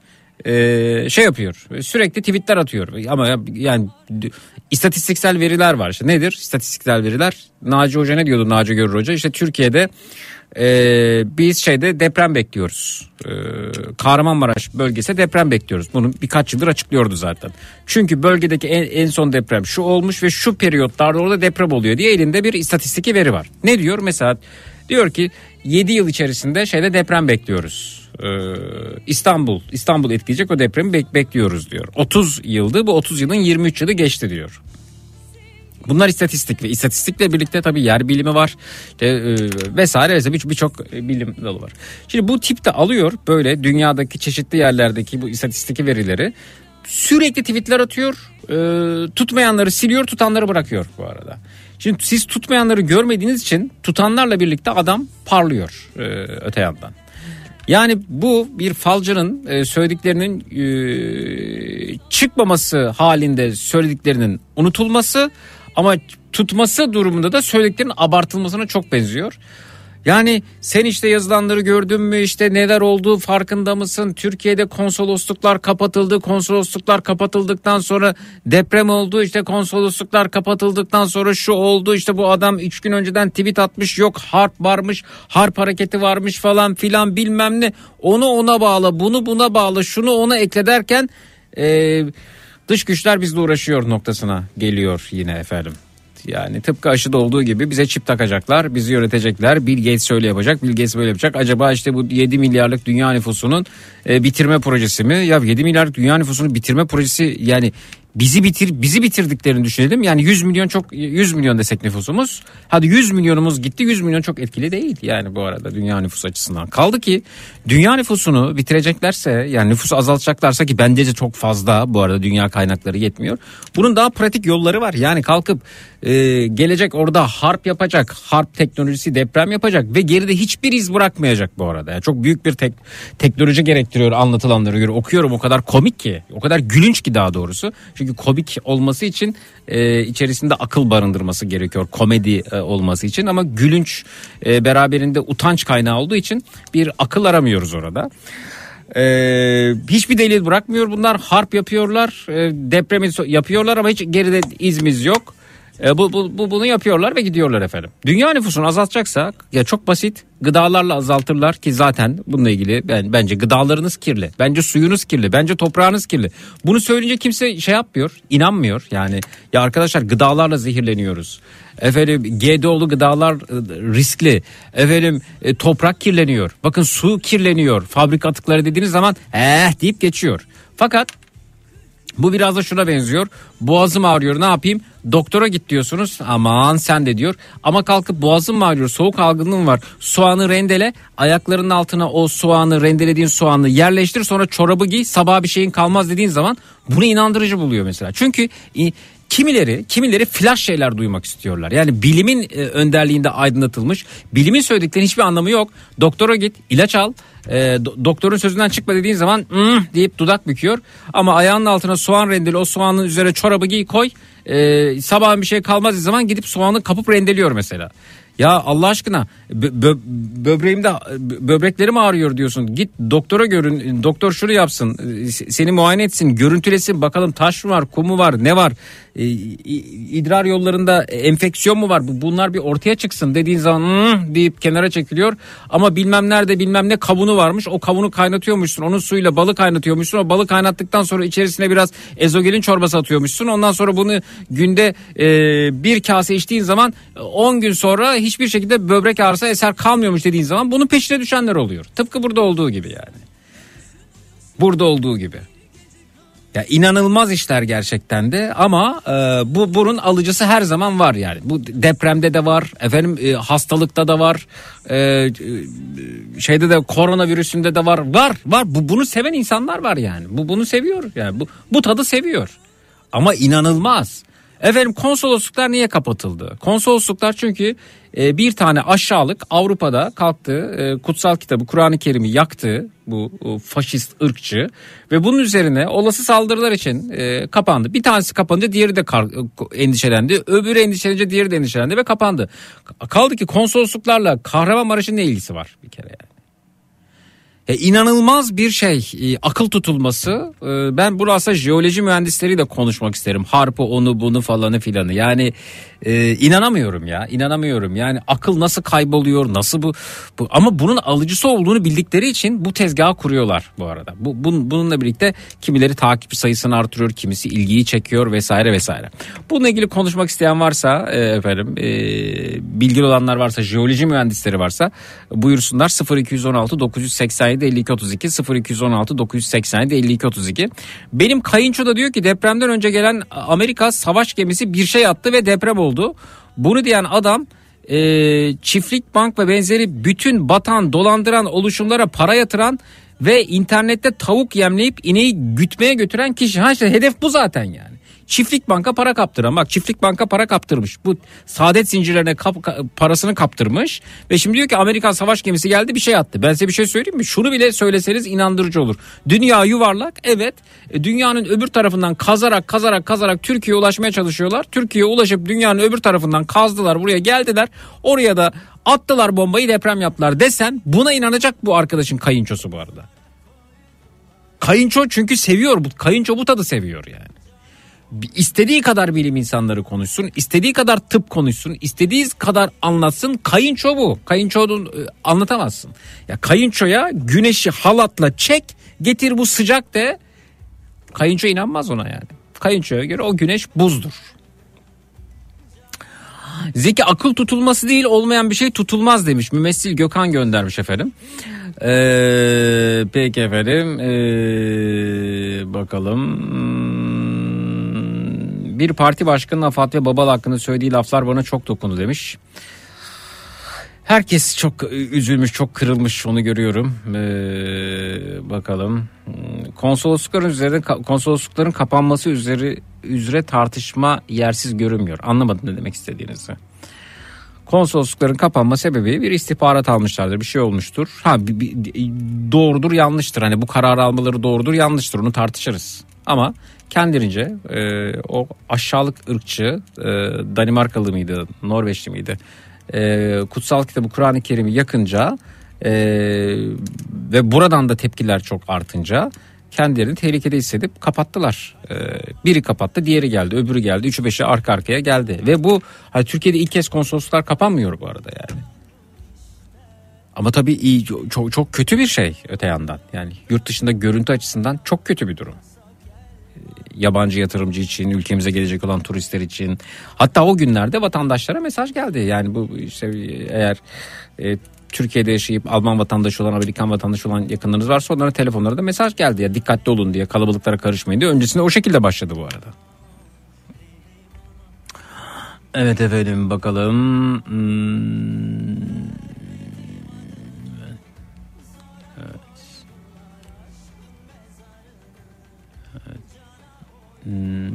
e, şey yapıyor. Sürekli tweetler atıyor. Ama yani istatistiksel veriler var. İşte nedir istatistiksel veriler? Naci Hoca ne diyordu, Naci Görür Hoca? İşte Türkiye'de Ee, biz şeyde deprem bekliyoruz. Ee, Kahramanmaraş bölgesi deprem bekliyoruz. Bunu birkaç yıldır açıklıyordu zaten. Çünkü bölgedeki en, en son deprem şu olmuş ve şu periyotlarda orada deprem oluyor diye elinde bir istatistiki veri var. Ne diyor? Mesela diyor ki yedi yıl içerisinde şeyde deprem bekliyoruz. Ee, İstanbul İstanbul etkileyecek o depremi bek- bekliyoruz diyor. otuz yıldı, bu otuz yılın yirmi üç yılı geçti diyor. Bunlar istatistik ve istatistikle birlikte tabii yer bilimi var işte, e, vesaire vesaire birçok bilim dalı var. Şimdi bu tip de alıyor böyle dünyadaki çeşitli yerlerdeki bu istatistik verileri, sürekli tweetler atıyor, e, tutmayanları siliyor, tutanları bırakıyor bu arada. Şimdi siz tutmayanları görmediğiniz için tutanlarla birlikte adam parlıyor e, öte yandan. Yani bu bir falcının e, söylediklerinin e, çıkmaması halinde söylediklerinin unutulması, ama tutması durumunda da söylediklerinin abartılmasına çok benziyor. Yani sen işte yazılanları gördün mü, işte neler olduğu farkında mısın? Türkiye'de konsolosluklar kapatıldı. Konsolosluklar kapatıldıktan sonra deprem oldu. İşte konsolosluklar kapatıldıktan sonra şu oldu. İşte bu adam üç gün önceden tweet atmış. Yok harp varmış, harp hareketi varmış falan filan bilmem ne. Onu ona bağla, bunu buna bağla, şunu ona ekle derken e, dış güçler bizle uğraşıyor noktasına geliyor yine efendim. Yani tıpkı aşıda olduğu gibi bize çip takacaklar, bizi yönetecekler. Bill Gates öyle yapacak, Bill Gates böyle yapacak. Acaba işte bu yedi milyarlık dünya nüfusunun e, bitirme projesi mi? Ya yedi milyarlık dünya nüfusunun bitirme projesi, yani bizi bitir bizi bitirdiklerini düşünelim. Yani yüz milyon çok yüz milyon desek nüfusumuz. Hadi yüz milyonumuz gitti. yüz milyon çok etkili değil yani bu arada dünya nüfusu açısından. Kaldı ki dünya nüfusunu bitireceklerse, yani nüfusu azaltacaklarsa, ki bence de çok fazla bu arada, dünya kaynakları yetmiyor. Bunun daha pratik yolları var. Yani kalkıp e, gelecek orada harp yapacak, harp teknolojisi, deprem yapacak ve geride hiçbir iz bırakmayacak bu arada. Yani çok büyük bir tek, teknoloji gerektiriyor anlatılanlara göre. Okuyorum, o kadar komik ki, o kadar gülünç ki daha doğrusu. Çünkü komik olması için e, içerisinde akıl barındırması gerekiyor, komedi e, olması için, ama gülünç e, beraberinde utanç kaynağı olduğu için bir akıl aramıyoruz orada. E, hiçbir delil bırakmıyor bunlar, harp yapıyorlar, e, depremi yapıyorlar ama hiç geride izimiz yok. E, bu, bu, bu bunu yapıyorlar ve gidiyorlar efendim. Dünya nüfusunu azaltacaksak ya çok basit, gıdalarla azaltırlar ki zaten bununla ilgili ben, bence gıdalarınız kirli, bence suyunuz kirli, bence toprağınız kirli. Bunu söyleyince kimse şey yapmıyor, inanmıyor. Yani ya arkadaşlar, gıdalarla zehirleniyoruz. Efendim G D O'lu gıdalar riskli. Efendim e, toprak kirleniyor. Bakın su kirleniyor. Fabrika atıkları dediğiniz zaman eh deyip geçiyor. Fakat bu biraz da şuna benziyor. Boğazım ağrıyor, ne yapayım? Doktora git diyorsunuz. Aman sen de diyor. Ama kalkıp boğazım ağrıyor, soğuk algınlığım var, soğanı rendele, ayaklarının altına o soğanı, rendelediğin soğanı yerleştir, sonra çorabı giy, sabaha bir şeyin kalmaz dediğin zaman bunu inandırıcı buluyor mesela. Çünkü kimileri kimileri flash şeyler duymak istiyorlar. Yani bilimin önderliğinde aydınlatılmış, bilimin söylediklerinin hiçbir anlamı yok. Doktora git, ilaç al. E, do- doktorun sözünden çıkma dediğin zaman mm, deyip dudak büküyor. Ama ayağının altına soğan rendeli, o soğanın üzerine çorabı giy koy. E, sabahın bir şey kalmaz dediği zaman gidip soğanı kapıp rendeliyor mesela. Ya Allah aşkına bö- böbreğimde böbreklerim ağrıyor diyorsun. Git doktora görün. Doktor şunu yapsın. Seni muayene etsin. Görüntülesin. Bakalım taş mı var, kum mu var, ne var? İdrar yollarında enfeksiyon mu var? Bunlar bir ortaya çıksın dediğin zaman hmm, deyip kenara çekiliyor. Ama bilmem nerede bilmem ne kavunu varmış. O kavunu kaynatıyormuşsun. Onun suyuyla balı kaynatıyormuşsun. O balı kaynattıktan sonra içerisine biraz ezogelin çorbası atıyormuşsun. Ondan sonra bunu günde e, bir kase içtiğin zaman on gün sonra hiçbir şekilde böbrek ağrısı eser kalmıyormuş dediğin zaman bunun peşine düşenler oluyor. Tıpkı burada olduğu gibi yani. Burada olduğu gibi. Ya inanılmaz işler gerçekten de, ama e, bu bunun alıcısı her zaman var yani. Bu depremde de var, efendim e, hastalıkta da var, e, şeyde de, koronavirüsünde de var, var, var. Bu bunu seven insanlar var yani. Bu bunu seviyor yani. Bu bu tadı seviyor. Ama inanılmaz. Efendim konsolosluklar niye kapatıldı? Konsolosluklar çünkü e, bir tane aşağılık Avrupa'da kalktı, e, kutsal kitabı Kur'an-ı Kerim'i yaktı, bu e, faşist ırkçı, ve bunun üzerine olası saldırılar için e, kapandı. Bir tanesi kapanınca diğeri de kar, endişelendi, öbürü endişelenince diğeri de endişelendi ve kapandı. Kaldı ki konsolosluklarla Kahramanmaraş'ın ne ilgisi var bir kere yani? E, inanılmaz bir şey, e, akıl tutulması. E, ben burası jeoloji mühendisleriyle konuşmak isterim. Harpı, onu bunu falanı filanı. Yani e, inanamıyorum ya, inanamıyorum. Yani akıl nasıl kayboluyor, nasıl bu, bu ama bunun alıcısı olduğunu bildikleri için bu tezgahı kuruyorlar bu arada. Bu bun, bununla birlikte kimileri takipçi sayısını artırıyor, kimisi ilgiyi çekiyor vesaire vesaire. Bununla ilgili konuşmak isteyen varsa e, efendim, e, bilgili olanlar varsa, jeoloji mühendisleri varsa buyursunlar. sıfır iki on altı dokuz yüz seksen yedi elli iki otuz iki sıfır iki on altı dokuz yüz seksen yedi elli iki otuz iki. Benim kayınço da diyor ki depremden önce gelen Amerika savaş gemisi bir şey attı ve deprem oldu. Bunu diyen adam e, çiftlik, bank ve benzeri bütün batan, dolandıran oluşumlara para yatıran ve internette tavuk yemleyip ineği gütmeye götüren kişi. Ha işte hedef bu zaten yani. Çiftlik banka para kaptıran, bak çiftlik banka para kaptırmış. Bu saadet zincirlerine kap, parasını kaptırmış ve şimdi diyor ki Amerikan savaş gemisi geldi bir şey attı. Ben size bir şey söyleyeyim mi? Şunu bile söyleseniz inandırıcı olur. Dünya yuvarlak, evet, dünyanın öbür tarafından kazarak kazarak kazarak Türkiye'ye ulaşmaya çalışıyorlar. Türkiye'ye ulaşıp dünyanın öbür tarafından kazdılar, buraya geldiler. Oraya da attılar bombayı, deprem yaptılar desen buna inanacak bu arkadaşın kayınçosu bu arada. Kayınço çünkü seviyor, bu kayınço bu tadı seviyor yani. İstediği kadar bilim insanları konuşsun, istediği kadar tıp konuşsun, istediği kadar anlatsın. Kayınço bu. Kayınço'nu anlatamazsın. Ya kayınçoya güneşi halatla çek, getir bu sıcak de. Kayınço inanmaz ona yani. Kayınçoya göre o güneş buzdur. Zeki akıl tutulması değil, olmayan bir şey tutulmaz demiş. Mümessil Gökhan göndermiş efendim. Ee, peki efendim. Ee, bakalım. Bir parti başkanının Fatih Babal hakkında söylediği laflar bana çok dokundu demiş. Herkes çok üzülmüş, çok kırılmış, onu görüyorum. Ee, bakalım. Konsoloslukların üzerinde, konsoloslukların kapanması üzeri üzere tartışma yersiz görünmüyor. Anlamadım ne demek istediğinizi. Konsoloslukların kapanma sebebi bir istihbarat almışlardır, bir şey olmuştur. Ha bir, bir, doğrudur, yanlıştır. Hani bu karar almaları doğrudur, yanlıştır. Onu tartışırız. Ama kendilerince e, o aşağılık ırkçı e, Danimarkalı mıydı, Norveçli miydi? E, kutsal kitabı Kur'an-ı Kerim'i yakınca e, ve buradan da tepkiler çok artınca kendilerini tehlikede hissedip kapattılar. E, biri kapattı, diğeri geldi, öbürü geldi, üçü beşi arka arkaya geldi. Ve bu hani Türkiye'de ilk kez konsolosluklar kapanmıyor bu arada yani. Ama tabii iyi, çok, çok kötü bir şey öte yandan. Yani yurt dışında görüntü açısından çok kötü bir durum. Yabancı yatırımcı için, ülkemize gelecek olan turistler için. Hatta o günlerde vatandaşlara mesaj geldi. Yani bu işte eğer e, Türkiye'de yaşayıp Alman vatandaşı olan, Amerikan vatandaşı olan yakınlarınız varsa onlara telefonlara da mesaj geldi. Ya dikkatli olun diye, kalabalıklara karışmayın diye. Öncesinde o şekilde başladı bu arada. Evet efendim bakalım. Hmm. Evet. Evet. Hmm.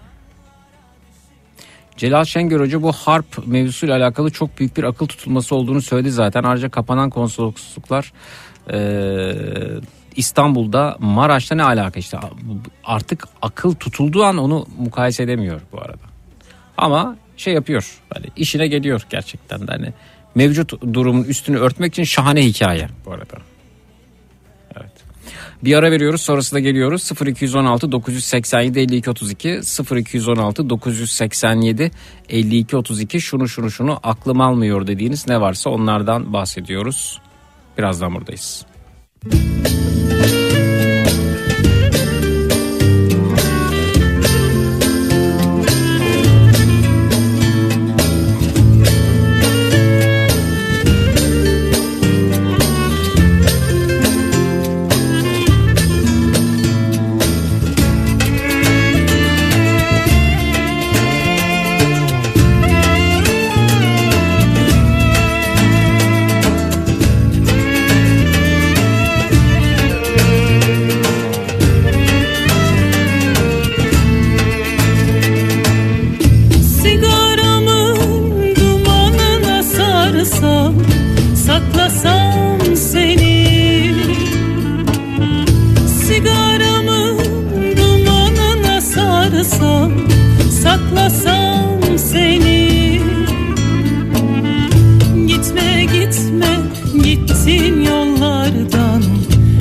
Celal Şengör Hoca bu harp mevzusuyla alakalı çok büyük bir akıl tutulması olduğunu söyledi zaten. Ayrıca kapanan konsolosluklar e, İstanbul'da, Maraş'ta ne alaka işte, artık akıl tutulduğu an onu mukayese edemiyor bu arada. Ama şey yapıyor, hani işine geliyor gerçekten de, hani mevcut durumun üstünü örtmek için şahane hikaye bu arada. Evet. Bir ara veriyoruz, sonrasında geliyoruz. sıfır iki on altı dokuz yüz seksen yedi elli iki otuz iki sıfır iki on altı dokuz yüz seksen yedi elli iki otuz iki şunu şunu şunu aklım almıyor dediğiniz ne varsa onlardan bahsediyoruz. Birazdan buradayız. Gitme gitme gittin yollardan,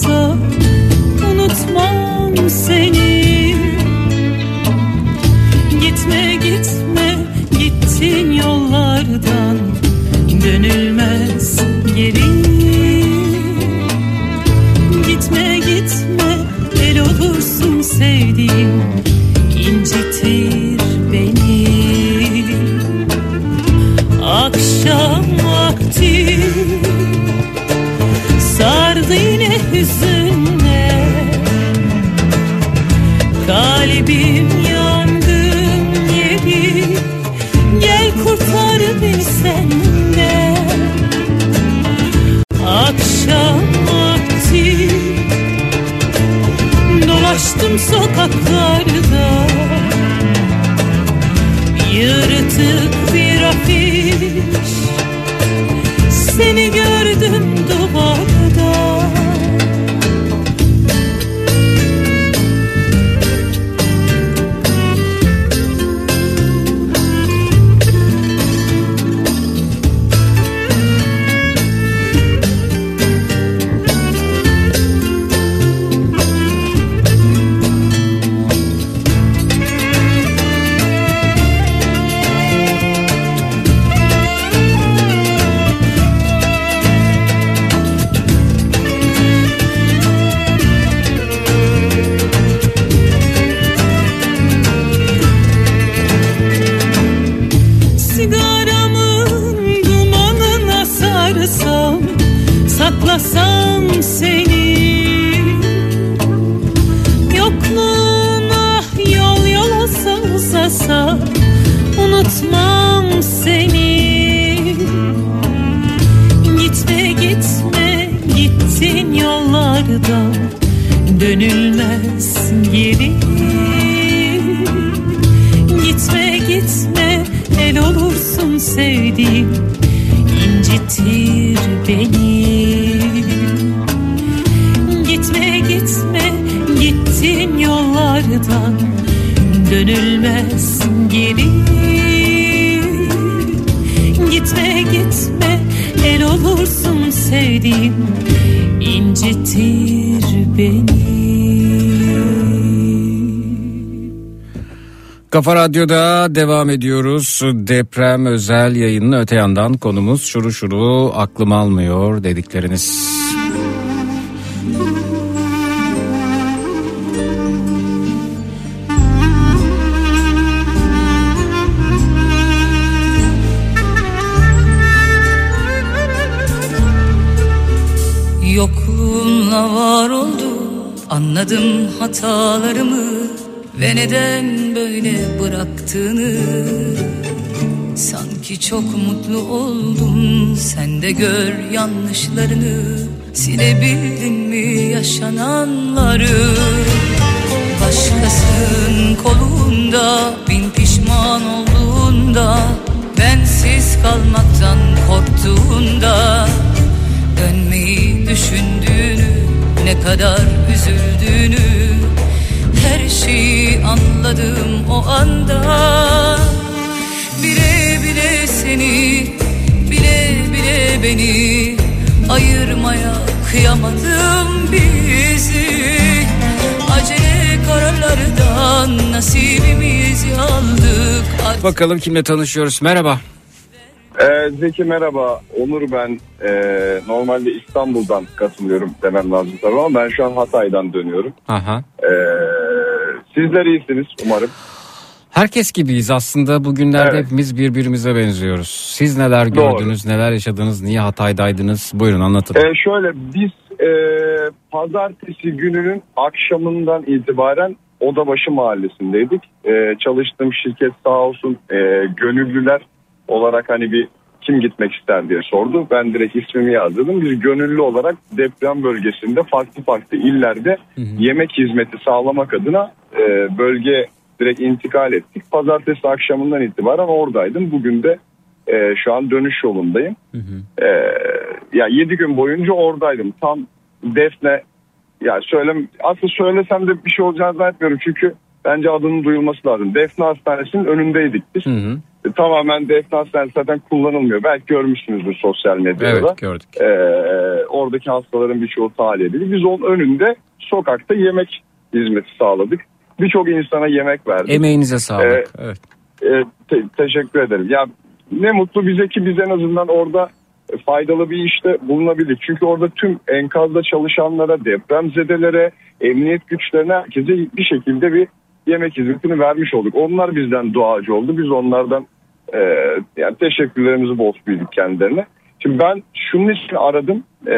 olsa unutmam seni. Gitme gitme gittin yollardan, dönülmez geri. Gitme gitme el olursun sevdiğim, incitir beni. Akşam vakti sardı yine hüzünle, kalbim yangın yeri, gel kurtar beni senden. Akşam vakti dolaştım sokaklarda, yırtık bir afiş, seni gördüm duvarda. Saklasam seni, yokluğuna yol yolasa uzasa, unutmam seni. Gitme gitme gittin yollardan, dönülmez geri. Gitme gitme el olursun sevdiğim, incitir beni. Gitme gitme gittin yollardan, dönülmez geri. Gitme gitme el olursun sevdiğim, incitir beni. Kafa Radyo'da devam ediyoruz. Deprem özel yayının öte yandan konumuz şuru şuru aklım almıyor dedikleriniz. Yokluğunla var oldum, anladım hatalarımı ve neden böyle bıraktığını. Sanki çok mutlu oldum, sen de gör yanlışlarını. Silebildin mi yaşananları? Başkasının kolunda, bin pişman olduğunda, bensiz kalmaktan korktuğunda, dönmeyi düşündüğünü, ne kadar üzüldüğünü, her şeyi anladım o anda. Bile bile seni, bile bile beni ayırmaya kıyamadım bizi. Acele kararlardan nasibimizi aldık. Bakalım kimle tanışıyoruz? Merhaba. Ee, Zeki merhaba. Onur ben. Ee, normalde İstanbul'dan katılıyorum demem lazım tabii ama ben şu an Hatay'dan dönüyorum. Aha. Ee, sizler iyisiniz umarım. Herkes gibiyiz aslında, bugünlerde Evet. hepimiz birbirimize benziyoruz. Siz neler gördünüz, Doğru. neler yaşadınız, niye Hatay'daydınız? Buyurun anlatın. Ee, şöyle biz e, pazartesi gününün akşamından itibaren Odabaşı mahallesindeydik. E, çalıştığım şirket sağ olsun e, gönüllüler olarak hani bir kim gitmek ister diye sordu. Ben direkt ismimi yazdım. Biz gönüllü olarak deprem bölgesinde farklı farklı illerde hı hı. yemek hizmeti sağlamak adına e, bölge direkt intikal ettik. Pazartesi akşamından itibaren oradaydım. Bugün de e, şu an dönüş yolundayım. Hı hı. E, ya yedi gün boyunca oradaydım. Tam Defne, ya söylem aslında söylesem de bir şey olacağını zannetmiyorum çünkü bence adının duyulması lazım. Defne Hastanesi'nin önündeydik biz. Hı hı. e, tamamen defne hastanesi zaten kullanılmıyor. Belki görmüşsünüzdür sosyal medyada. Evet, gördük. E, oradaki hastaların birçoğu tahliye edildi. Biz onun önünde sokakta yemek hizmeti sağladık. Birçok insana yemek verdik. Emeğinize sağlık. Ee, evet. E, te- teşekkür ederim. Ya ne mutlu bize ki biz en azından orada faydalı bir işte bulunabildik. Çünkü orada tüm enkazda çalışanlara, depremzedelere, emniyet güçlerine, herkese bir şekilde bir yemek hizmetini vermiş olduk. Onlar bizden duacı oldu. Biz onlardan e, yani teşekkürlerimizi borçluyduk kendilerine. Şimdi ben şunun için aradım. E,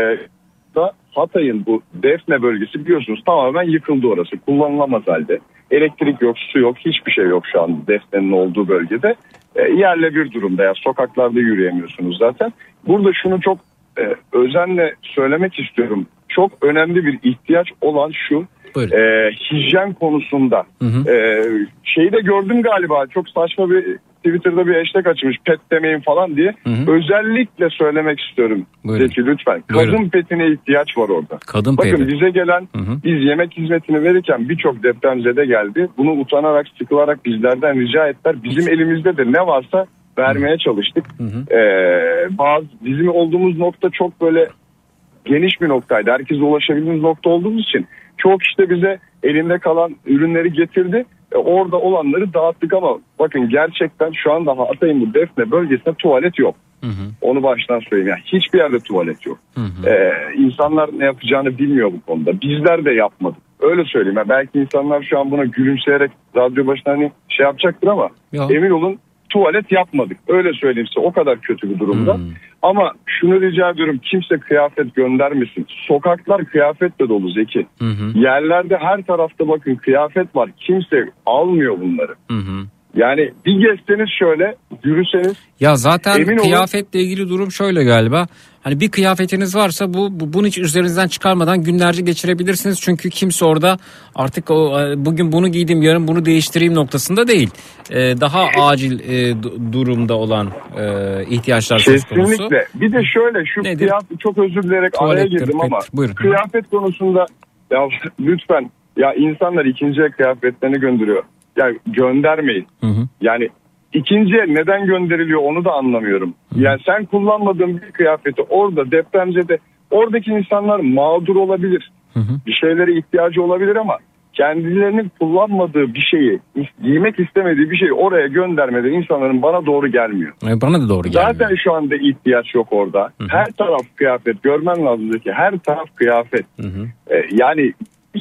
da Hatay'ın bu Defne bölgesi biliyorsunuz tamamen yıkıldı orası. Kullanılamaz halde. Elektrik yok, su yok, hiçbir şey yok şu an Defne'nin olduğu bölgede. E, yerle bir durumda ya, sokaklarda yürüyemiyorsunuz zaten. Burada şunu çok e, özenle söylemek istiyorum. Çok önemli bir ihtiyaç olan şu. E, hijyen konusunda. Hı hı. E, şeyi de gördüm galiba, çok saçma bir Twitter'da bir hashtag açmış, pet demeyin falan diye. Hı hı. Özellikle söylemek istiyorum. Buyurun. Zeki lütfen. Buyurun. Kadın petine ihtiyaç var orada. Kadın Bakın pedi. bize gelen, Hı hı. biz yemek hizmetini verirken birçok depremzede geldi. Bunu utanarak, sıkılarak bizlerden rica ettiler. Bizim elimizde de ne varsa vermeye çalıştık. Hı hı. Ee, bazı bizim olduğumuz nokta çok böyle geniş bir noktaydı. Herkese ulaşabildiğimiz nokta olduğumuz için çok işte bize elinde kalan ürünleri getirdi. E, orada olanları dağıttık ama bakın gerçekten şu anda Hatay'ın bu Defne bölgesinde tuvalet yok. Hı hı. Onu baştan söyleyeyim. Yani hiçbir yerde tuvalet yok. Hı hı. Ee, insanlar ne yapacağını bilmiyor bu konuda. Bizler de yapmadık. Öyle söyleyeyim. Yani belki insanlar şu an buna gülümseyerek radyo başına hani şey yapacaktır ama Ya. emin olun tuvalet yapmadık. Öyle söyleyeyim size, o kadar kötü bir durumda. Hmm. Ama şunu rica ediyorum, kimse kıyafet göndermesin. Sokaklar kıyafetle dolu Zeki. Hı hı. Yerlerde her tarafta bakın kıyafet var. Kimse almıyor bunları. Hı hı. Yani bir gezseniz şöyle, yürüseniz. Ya zaten Emin olun- kıyafetle ilgili durum şöyle galiba. Hani bir kıyafetiniz varsa bu, bu bunu hiç üzerinizden çıkarmadan günlerce geçirebilirsiniz. Çünkü kimse orada artık o bugün bunu giydim yarın bunu değiştireyim noktasında değil. Ee, daha acil e, du- durumda olan e, ihtiyaçlar söz konusu. Kesinlikle. Bir de şöyle şu Nedir? kıyafet, çok özür dileyerek araya Tuvalettir, girdim ama pettir. Buyurun. kıyafet konusunda ya lütfen ya insanlar ikinci el kıyafetlerini gönderiyor. Yani göndermeyin. Hı hı. Yani ikinci el neden gönderiliyor onu da anlamıyorum. Yani sen kullanmadığın bir kıyafeti orada depremzede, oradaki insanlar mağdur olabilir. Hı hı. Bir şeylere ihtiyacı olabilir ama kendilerinin kullanmadığı bir şeyi, giymek istemediği bir şeyi oraya göndermede insanların bana doğru gelmiyor. E, Bana da doğru gelmiyor. Zaten şu anda ihtiyaç yok orada. Hı hı. Her taraf kıyafet. Görmen lazım ki her taraf kıyafet. Hı hı. Ee, yani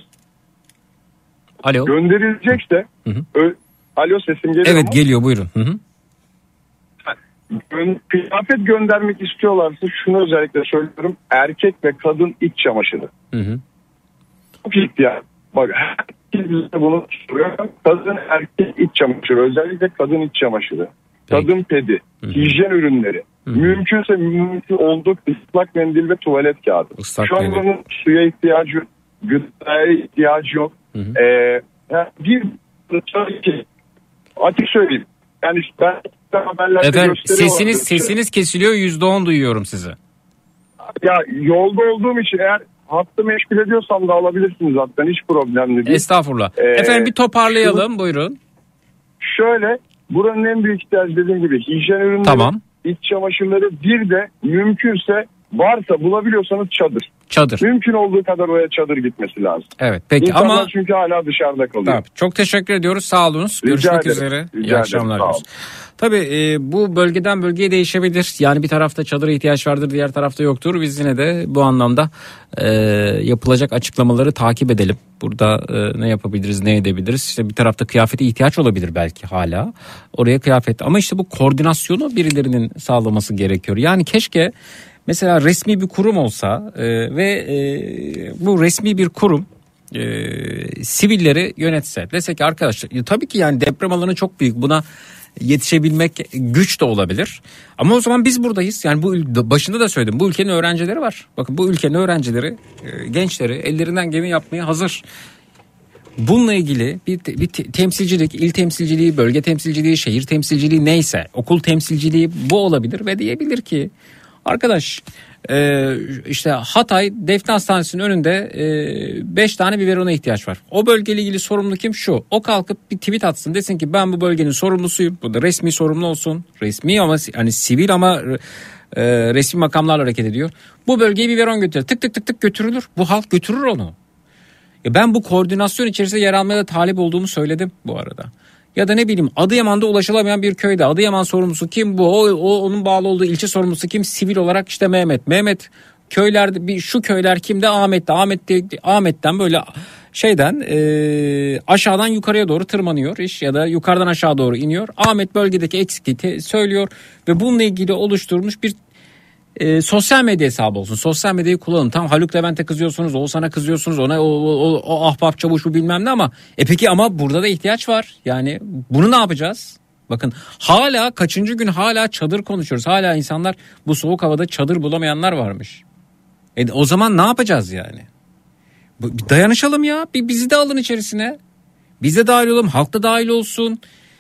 Alo. gönderilecekse Hı hı. ö- alo sesim geliyor Evet mu? geliyor buyurun. Hı hı. Gö- kıyafet göndermek istiyorlarsa şunu özellikle söylüyorum. Erkek ve kadın iç çamaşırı. Hı hı. Çok ihtiyaç. Bak herkes bize bunu soruyor. Kadın erkek iç çamaşırı. Özellikle kadın iç çamaşırı. Peki. Kadın pedi. Hı hı. Hijyen ürünleri. Hı hı. Mümkünse mümkün olduk ıslak mendil ve tuvalet kağıdı. Islak Şu an mendil. bunun suya ihtiyacı yok. Gıdaya ihtiyacı yok. Hı hı. Ee, yani bir ki açık söyleyeyim. Yani ben haberlerde Efendim gösteriyorlar. sesiniz sesiniz kesiliyor, yüzde on duyuyorum sizi. Ya yolda olduğum için eğer hattı meşgul ediyorsam da alabilirsiniz zaten, hiç problemli değil. Estağfurullah. Ee, Efendim bir toparlayalım buyurun. Şöyle, buranın en büyük ihtiyacı dediğim gibi hijyen ürünleri, Tamam. iç çamaşırları, bir de mümkünse varsa bulabiliyorsanız çadır. Çadır. Mümkün olduğu kadar oraya çadır gitmesi lazım. Evet peki İnsanlar ama çünkü hala dışarıda kalıyor. Tamam, çok teşekkür ediyoruz. Sağ olunuz. Rica Görüşmek ederim. üzere. Rica İyi ederim. akşamlar. Sağ olun. diliyoruz. Tabii e, bu bölgeden bölgeye değişebilir. Yani bir tarafta çadıra ihtiyaç vardır, diğer tarafta yoktur. Biz yine de bu anlamda e, yapılacak açıklamaları takip edelim. Burada e, ne yapabiliriz, ne edebiliriz? İşte bir tarafta kıyafete ihtiyaç olabilir belki hala. Oraya kıyafet ama işte bu koordinasyonu birilerinin sağlaması gerekiyor. Yani keşke mesela resmi bir kurum olsa e, ve e, bu resmi bir kurum e, sivilleri yönetse. Dese ki arkadaşlar ya tabii ki yani deprem alanı çok büyük, buna yetişebilmek güç de olabilir. Ama o zaman biz buradayız. Yani bu başında da söyledim, bu ülkenin öğrencileri var. Bakın bu ülkenin öğrencileri, e, gençleri ellerinden geleni yapmaya hazır. Bununla ilgili bir, bir temsilcilik, il temsilciliği, bölge temsilciliği, şehir temsilciliği neyse, okul temsilciliği bu olabilir ve diyebilir ki arkadaş Ee, işte Hatay Defne Hastanesi'nin önünde beş tane biberona ihtiyaç var. O bölgeyle ilgili sorumlu kim? Şu. O kalkıp bir tweet atsın, desin ki ben bu bölgenin sorumlusuyum. Bu da resmi sorumlu olsun. Resmi ama hani sivil ama e, resmi makamlarla hareket ediyor. Bu bölgeye biberon götürür. Tık tık tık tık götürülür. Bu halk götürür onu. Ya ben bu koordinasyon içerisinde yer almaya da talip olduğumu söyledim bu arada. Ya da ne bileyim Adıyaman'da ulaşılamayan bir köyde Adıyaman sorumlusu kim bu? O, o onun bağlı olduğu ilçe sorumlusu kim? Sivil olarak işte Mehmet. Mehmet köylerde bir şu köyler kimde? Ahmet'te. Ahmet'te Ahmet'ten böyle şeyden e, aşağıdan yukarıya doğru tırmanıyor iş ya da yukarıdan aşağı doğru iniyor. Ahmet bölgedeki eksikliği te- söylüyor ve bununla ilgili oluşturulmuş bir E, sosyal medya hesabı olsun. Sosyal medyayı kullanın. Tam Haluk Levent'e kızıyorsunuz, Oğuzhan'a kızıyorsunuz, ona o, o, o ahbap çavuş bu bilmem ne ama e peki ama burada da ihtiyaç var. Yani bunu ne yapacağız? Bakın hala kaçıncı gün hala çadır konuşuyoruz. Hala insanlar bu soğuk havada çadır bulamayanlar varmış. E, o zaman ne yapacağız yani? Bir dayanışalım ya. Bir bizi de alın içerisine. Biz de dahil olalım. Halk da dahil olsun.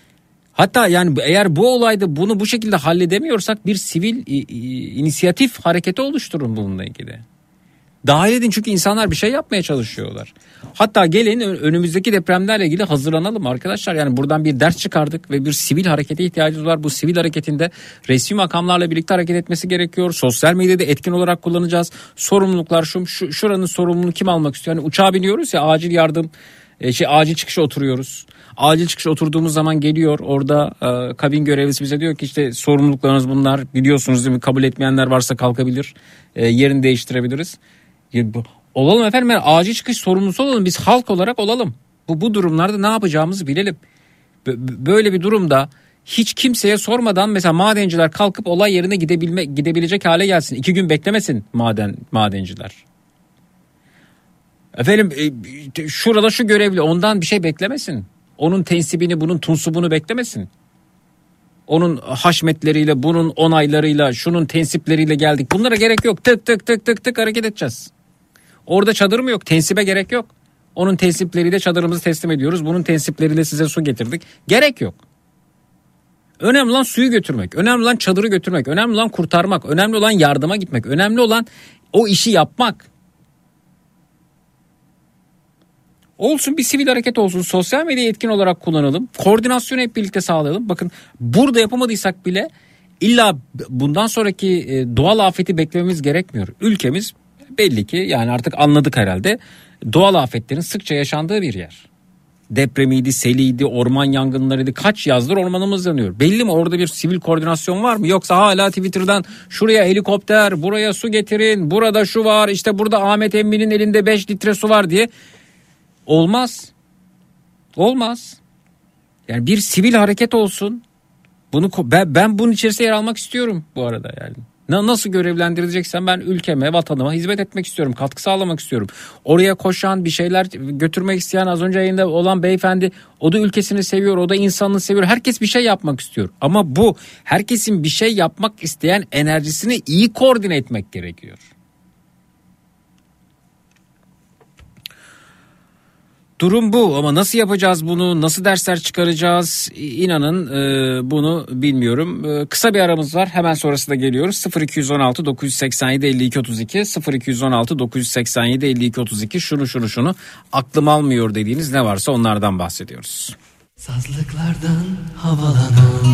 Hatta yani eğer bu olayda bunu bu şekilde halledemiyorsak bir sivil inisiyatif hareketi oluşturun bununla ilgili. Dahil edin çünkü insanlar bir şey yapmaya çalışıyorlar. Hatta gelin önümüzdeki depremlerle ilgili hazırlanalım arkadaşlar. Yani buradan bir ders çıkardık ve bir sivil harekete ihtiyacımız var. Bu sivil hareketinde resmi makamlarla birlikte hareket etmesi gerekiyor. Sosyal medyada etkin olarak kullanacağız. Sorumluluklar şu, şu şuranın sorumluluğunu kim almak istiyor? Yani uçağa biniyoruz ya, acil yardım şey acil çıkışa oturuyoruz. Acil çıkışa oturduğumuz zaman geliyor orada e, kabin görevlisi bize diyor ki işte sorumluluklarınız bunlar, biliyorsunuz değil mi? Kabul etmeyenler varsa kalkabilir, e, yerini değiştirebiliriz. Ya, bu, olalım efendim, yani acil çıkış sorumlusu olalım, biz halk olarak olalım. Bu bu durumlarda ne yapacağımızı bilelim. B- böyle bir durumda hiç kimseye sormadan mesela madenciler kalkıp olay yerine gidebilme gidebilecek hale gelsin. İki gün beklemesin maden madenciler. Efendim e, şurada şu görevli, ondan bir şey beklemesin. Onun tensibini, bunun tunsubunu beklemesin. Onun haşmetleriyle, bunun onaylarıyla, şunun tensipleriyle geldik. Bunlara gerek yok. Tık tık tık tık tık hareket edeceğiz. Orada çadır mı yok? Tensibe gerek yok. Onun tensipleriyle çadırımızı teslim ediyoruz. Bunun tensipleriyle size su getirdik. Gerek yok. Önemli olan suyu götürmek. Önemli olan çadırı götürmek. Önemli olan kurtarmak. Önemli olan yardıma gitmek. Önemli olan o işi yapmak. Olsun, bir sivil hareket olsun. Sosyal medyayı etkin olarak kullanalım. Koordinasyonu hep birlikte sağlayalım. Bakın burada yapamadıysak bile illa bundan sonraki doğal afeti beklememiz gerekmiyor. Ülkemiz belli ki, yani artık anladık herhalde, doğal afetlerin sıkça yaşandığı bir yer. Depremiydi, seliydi, orman yangınlarıydı. Kaç yazdır ormanımız yanıyor. Belli mi orada bir sivil koordinasyon var mı? Yoksa hala Twitter'dan şuraya helikopter, buraya su getirin, burada şu var, işte burada Ahmet Emmi'nin elinde beş litre su var diye. Olmaz. Olmaz. Yani bir sivil hareket olsun. Bunu ben, ben bunun içerisinde yer almak istiyorum bu arada yani. Nasıl görevlendirileceksen ben ülkeme, vatanıma hizmet etmek istiyorum. Katkı sağlamak istiyorum. Oraya koşan, bir şeyler götürmek isteyen, az önce yayında olan beyefendi, o da ülkesini seviyor, o da insanını seviyor. Herkes bir şey yapmak istiyor. Ama bu herkesin bir şey yapmak isteyen enerjisini iyi koordine etmek gerekiyor. Durum bu, ama nasıl yapacağız bunu, nasıl dersler çıkaracağız, inanın e, bunu bilmiyorum. E, kısa bir aramız var, hemen sonrasında geliyoruz. sıfır iki on altı dokuz seksen yedi elli iki otuz iki sıfır iki on altı dokuz seksen yedi elli iki otuz iki şunu şunu şunu aklım almıyor dediğiniz ne varsa onlardan bahsediyoruz. Sazlıklardan havalanan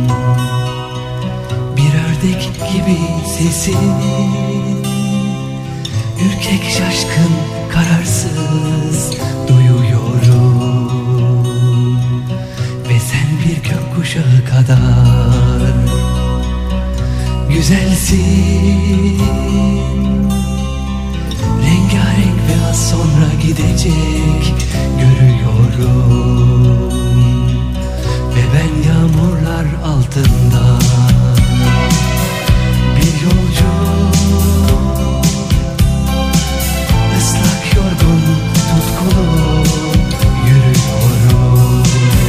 bir ördek gibi sesin, ürkek, şaşkın, kararsız duyuyorum ve sen bir gökkuşağı kadar güzelsin, rengarenk ve az sonra gidecek görüyorum ve ben yağmurlar altında bir yolcu, ıslak, yorgun, tutkulu yürüyorum.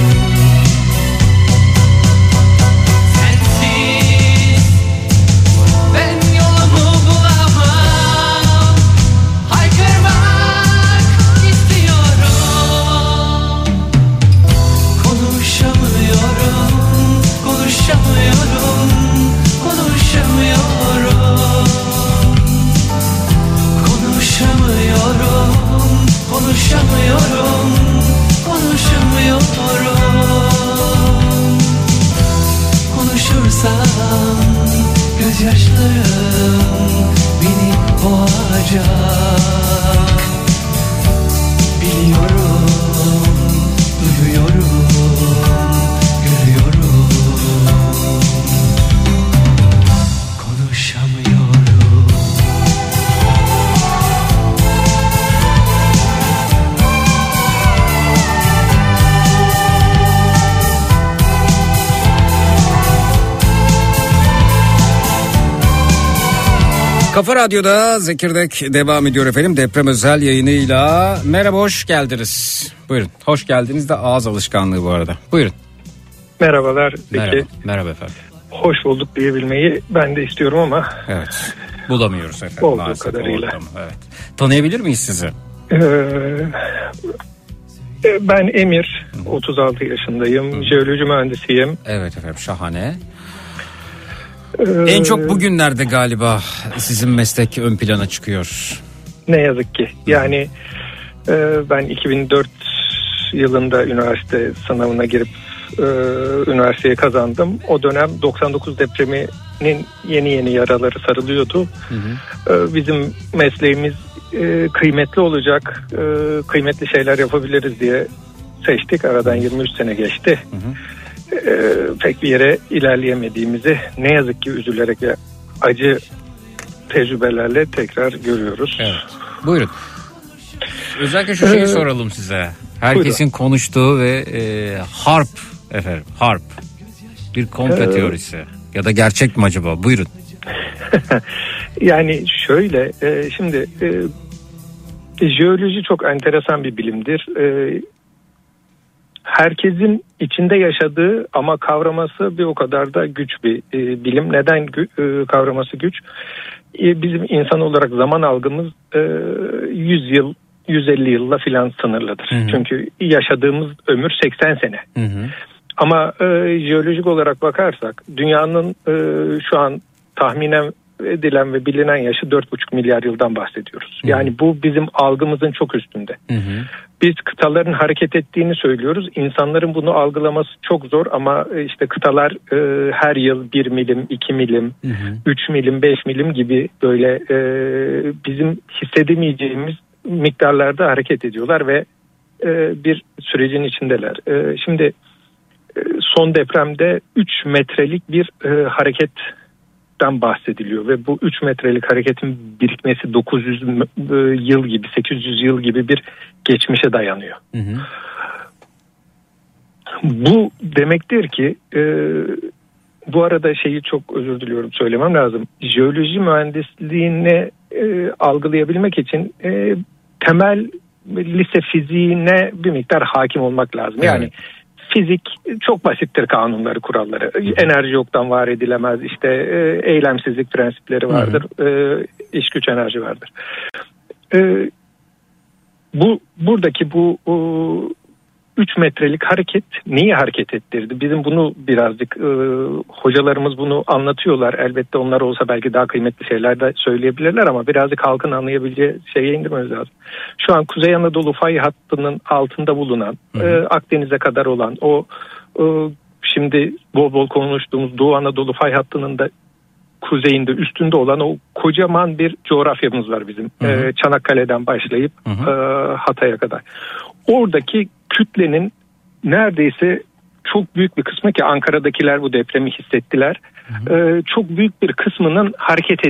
Sensiz ben yolumu bulamam, haykırmak istiyorum. Konuşamıyorum, konuşamıyorum. Kafa Radyo'da Zekirdek devam ediyor efendim. Deprem özel yayınıyla. Merhaba, hoş geldiniz. Buyurun. Hoş geldiniz de ağız alışkanlığı bu arada. Buyurun. Merhabalar. Merhaba. Peki. Merhaba efendim. Hoş bulduk diyebilmeyi ben de istiyorum ama. Evet. Bulamıyoruz efendim. Olduğu maalesef kadarıyla. Ortamı. Evet. Tanıyabilir miyiz sizi? Ee, ben Emir. Hı-hı. otuz altı yaşındayım. Hı-hı. Jeoloji mühendisiyim. Evet efendim, şahane. Ee, en çok bugünlerde galiba sizin meslek ön plana çıkıyor. Ne yazık ki. Yani e, ben iki bin dört yılında üniversite sınavına girip e, üniversiteyi kazandım. O dönem doksan dokuz depreminin yeni yeni yaraları sarılıyordu. Hı hı. E, bizim mesleğimiz e, kıymetli olacak, e, kıymetli şeyler yapabiliriz diye seçtik. Aradan yirmi üç sene geçti. Hı hı. Ee, pek bir yere ilerleyemediğimizi ne yazık ki üzülerek ve acı tecrübelerle tekrar görüyoruz. Evet. Buyurun. Özellikle şu şeyi ee, soralım size. Herkesin buyurun. konuştuğu ve e, harp efendim, harp bir komplo ee, teorisi ya da gerçek mi acaba? Buyurun. Yani şöyle, e, şimdi e, jeoloji çok enteresan bir bilimdir. E, Herkesin içinde yaşadığı ama kavraması bir o kadar da güç bir e, bilim. Neden gü- e, kavraması güç? E, bizim insan olarak zaman algımız e, yüz yıl, yüz elli yılla filan sınırlıdır. Hı hı. Çünkü yaşadığımız ömür seksen sene. Hı hı. Ama e, jeolojik olarak bakarsak dünyanın e, şu an tahminen edilen ve bilinen yaşı dört buçuk milyar yıldan bahsediyoruz. Hı hı. Yani bu bizim algımızın çok üstünde. Hı hı. Biz kıtaların hareket ettiğini söylüyoruz. İnsanların bunu algılaması çok zor ama işte kıtalar e, her yıl bir milim, iki milim, hı hı. üç milim, beş milim gibi böyle e, bizim hissedemeyeceğimiz miktarlarda hareket ediyorlar ve e, bir sürecin içindeler. E, şimdi e, son depremde üç metrelik bir e, hareket bahsediliyor ve bu üç metrelik hareketin birikmesi dokuz yüz yıl gibi, sekiz yüz yıl gibi bir geçmişe dayanıyor. Hı hı. Bu demektir ki e, bu arada şeyi çok özür diliyorum söylemem lazım. Jeoloji mühendisliğini e, algılayabilmek için e, temel lise fiziğine bir miktar hakim olmak lazım. Evet. Yani fizik çok basittir, kanunları, kuralları. Hı hı. Enerji yoktan var edilemez. İşte e, eylemsizlik prensipleri vardır. Hı hı. E, iş güç enerji vardır. E, bu buradaki bu üç metrelik hareket neyi hareket ettirdi? Bizim bunu birazcık e, hocalarımız bunu anlatıyorlar. Elbette onlar olsa belki daha kıymetli şeyler de söyleyebilirler ama birazcık halkın anlayabileceği şeye indirmemiz lazım. Şu an Kuzey Anadolu fay hattının altında bulunan, e, Akdeniz'e kadar olan o e, şimdi bol bol konuştuğumuz Doğu Anadolu fay hattının da kuzeyinde, üstünde olan o kocaman bir coğrafyamız var bizim. Hı hı. E, Çanakkale'den başlayıp hı hı. E, Hatay'a kadar. Oradaki kütlenin neredeyse çok büyük bir kısmı, ki Ankara'dakiler bu depremi hissettiler, hı hı. E, çok büyük bir kısmının hareket